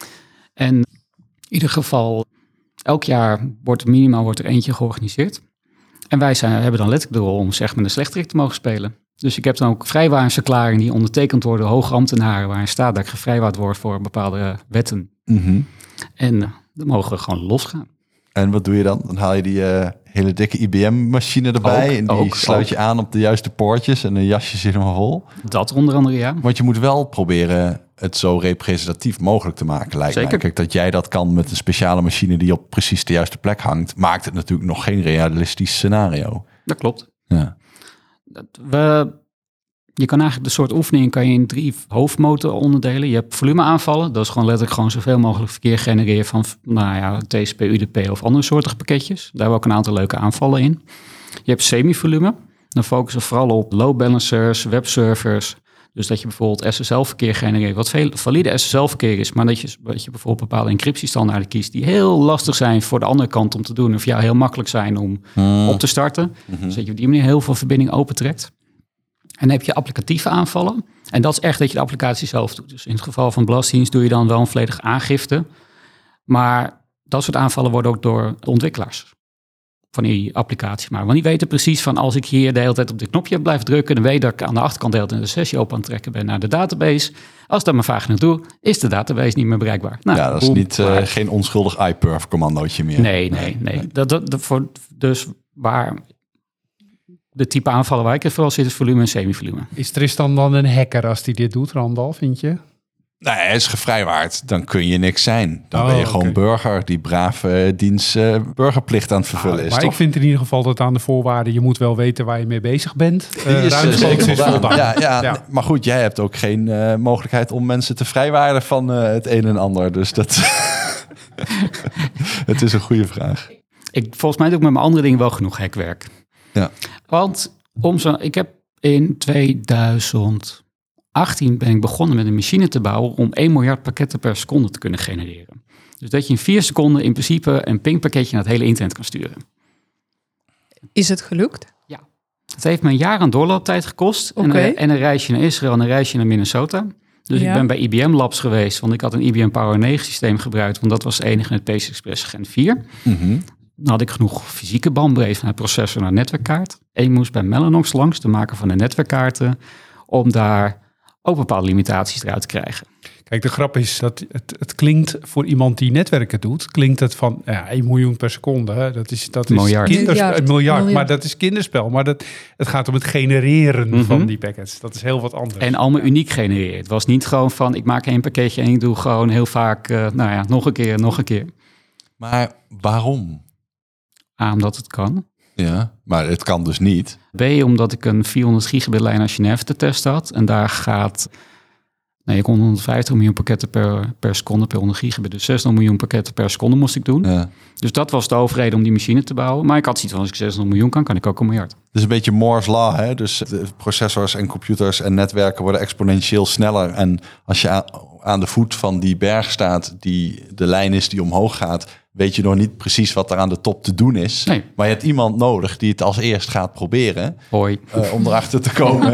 En in ieder geval, elk jaar wordt er minimaal wordt er eentje georganiseerd. En wij zijn, hebben dan letterlijk de rol om zeg maar de slechterik te mogen spelen. Dus ik heb dan ook vrijwaringsverklaringen die ondertekend worden door hoge ambtenaren, waarin staat dat ik gevrijwaard word voor bepaalde wetten. Mm-hmm. En uh, dan mogen we gewoon losgaan. En wat doe je dan? Dan haal je die uh, hele dikke I B M-machine erbij. Ook, en die ook, sluit je ook. aan op de juiste poortjes en de jasjes zit helemaal vol. Dat onder andere, ja. Want je moet wel proberen het zo representatief mogelijk te maken, lijkt Zeker. mij. Kijk, dat jij dat kan met een speciale machine die op precies de juiste plek hangt, maakt het natuurlijk nog geen realistisch scenario. Dat klopt. Ja. We, je kan eigenlijk de soort oefeningen kan je in drie hoofdmoten onderdelen. Je hebt volumeaanvallen. Dat is gewoon letterlijk gewoon zoveel mogelijk verkeer genereren van nou ja, T C P, U D P of andere soortige pakketjes. Daar hebben we ook een aantal leuke aanvallen in. Je hebt semi-volume. Dan focussen we vooral op load balancers, webservers. Dus dat je bijvoorbeeld S S L-verkeer genereert, wat veel valide S S L-verkeer is, maar dat je, dat je bijvoorbeeld bepaalde encryptiestandaarden kiest die heel lastig zijn voor de andere kant om te doen, of jou heel makkelijk zijn om hmm. op te starten. Mm-hmm. Dus dat je op die manier heel veel verbinding opentrekt. En dan heb je applicatieve aanvallen. En dat is echt dat je de applicatie zelf doet. Dus in het geval van Belastingdienst doe je dan wel een volledige aangifte. Maar dat soort aanvallen worden ook door de ontwikkelaars van die applicatie maar. Want die weten precies van als ik hier de hele tijd op dit knopje blijf drukken, dan weet ik dat ik aan de achterkant de hele tijd een sessie open aan het trekken ben naar de database. Als ik dat maar vaak genoeg doe, is de database niet meer bereikbaar. Nou, ja, dat is boem, niet, uh, geen onschuldig iPerf commandootje meer. Nee, nee, nee. nee. Dat, dat, dat voor, dus waar de type aanvallen waar ik er vooral zit is volume en semi-volume. Is Tristan dan een hacker als hij dit doet, Randal, vind je? Nee, hij is gevrijwaard. Dan kun je niks zijn. Dan Oh, ben je oké. gewoon burger die braaf uh, diens uh, burgerplicht aan het vervullen Ah, is. maar toch? ik vind in ieder geval dat aan de voorwaarden, je moet wel weten waar je mee bezig bent. Die Uh, is, uh, ruimschoots zeker is voldaan. voldaan. Ja, ja, Ja. nee, maar goed, jij hebt ook geen uh, mogelijkheid om mensen te vrijwaarden van uh, het een en ander. Dus dat... Het is een goede vraag. Ik, volgens mij doe ik met mijn andere dingen wel genoeg hekwerk. Ja. Want om zo, ik heb in tweeduizend achttien ben ik begonnen met een machine te bouwen om één miljard pakketten per seconde te kunnen genereren. Dus dat je in vier seconden in principe een pingpakketje naar het hele internet kan sturen. Is het gelukt? Het heeft me een jaar aan doorlooptijd gekost. En, Oké. een, en een reisje naar Israël en een reisje naar Minnesota. Dus Ja. ik ben bij I B M Labs geweest, want ik had een I B M Power negen systeem gebruikt, want dat was het enige in het P C I Express Gen vier. Mm-hmm. Dan had ik genoeg fysieke bandbreedte van het processor naar netwerkkaart. En ik moest bij Mellanox langs, de maker van de netwerkkaarten, om daar ook bepaalde limitaties eruit te krijgen. Kijk, de grap is dat het, het klinkt voor iemand die netwerken doet, klinkt het van ja, één miljoen per seconde. Hè? Dat is, dat is Miljard. kinderspel, Miljard. een miljard, Miljard. maar dat is kinderspel. Maar dat, het gaat om het genereren Mhm. van die packets. Dat is heel wat anders. En allemaal uniek genereren. Het was niet gewoon van, ik maak één pakketje en ik doe gewoon heel vaak, uh, nou ja, nog een keer, nog een keer. Maar waarom? A, omdat het kan. Ja, maar het kan dus niet. B, omdat ik een vierhonderd gigabit lijn naar Genève te testen had. En daar gaat, nee, ik kon honderdvijftig miljoen pakketten per, per seconde per honderd gigabit. Dus zeshonderd miljoen pakketten per seconde moest ik doen. Ja. Dus dat was de overreden om die machine te bouwen. Maar ik had zoiets van, als ik zeshonderd miljoen kan, kan ik ook een miljard. Het is een beetje Moore's Law, hè? Dus de processors en computers en netwerken worden exponentieel sneller. En als je a- aan de voet van die berg staat, die de lijn is die omhoog gaat, weet je nog niet precies wat er aan de top te doen is. Nee. Maar je hebt iemand nodig die het als eerst gaat proberen Hoi. uh, om erachter te komen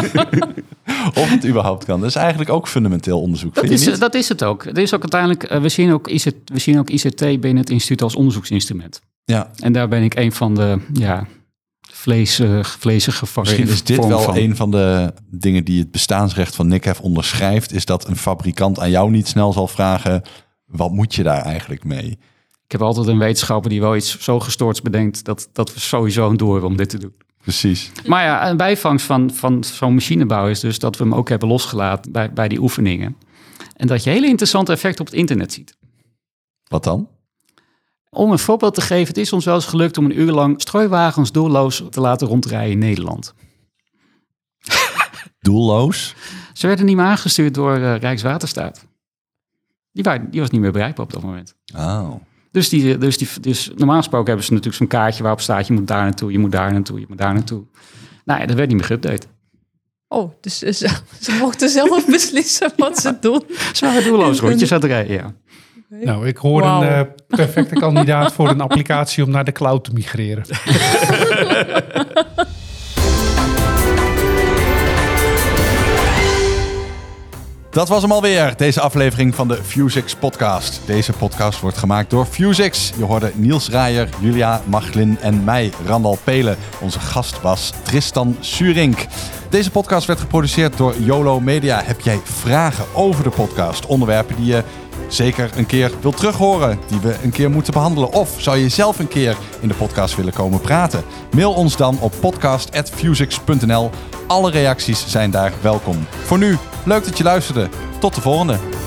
of het überhaupt kan. Dat is eigenlijk ook fundamenteel onderzoek, Dat vind je is, niet? dat is het ook. Het is ook uiteindelijk, uh, we, zien ook I C T, we zien ook I C T binnen het instituut als onderzoeksinstrument. Ja. En daar ben ik een van de ja, vlees, uh, vlezige vari- Misschien is dit vormen wel van. een van de dingen die het bestaansrecht van N I C H E F onderschrijft, is dat een fabrikant aan jou niet snel zal vragen, wat moet je daar eigenlijk mee? Ik heb altijd een wetenschapper die wel iets zo gestoords bedenkt dat, dat we sowieso een door hebben om dit te doen. Precies. Maar ja, een bijvangst van, van zo'n machinebouw is dus dat we hem ook hebben losgelaten bij, bij die oefeningen. En dat je hele interessante effecten op het internet ziet. Wat dan? Om een voorbeeld te geven, het is ons wel eens gelukt om een uur lang strooiwagens doelloos te laten rondrijden in Nederland. Doelloos? Ze werden niet meer aangestuurd door uh, Rijkswaterstaat. Die, waren, die was niet meer bereikbaar op dat moment. Oh. Dus, die, dus, die, dus normaal gesproken hebben ze natuurlijk zo'n kaartje waarop staat, je moet daar naartoe, je moet daar naartoe, je moet daar naartoe. Nou ja, dat werd niet meer geüpdate. Oh, dus ze, ze mochten zelf beslissen wat ze doen. Ze waren doelloos rondjes aan het rijden, ja. Nou, ik hoor Wauw. een uh, perfecte kandidaat voor een applicatie om naar de cloud te migreren. Dat was hem alweer, deze aflevering van de Fusix podcast. Deze podcast wordt gemaakt door Fusix. Je hoorde Niels Raaier, Julia Machlin en mij, Randal Pelen. Onze gast was Tristan Surink. Deze podcast werd geproduceerd door YOLO Media. Heb jij vragen over de podcast, onderwerpen die je zeker een keer wilt terughoren, die we een keer moeten behandelen? Of zou je zelf een keer in de podcast willen komen praten? Mail ons dan op podcast at fusix punt n l. Alle reacties zijn daar welkom. Voor nu, leuk dat je luisterde. Tot de volgende.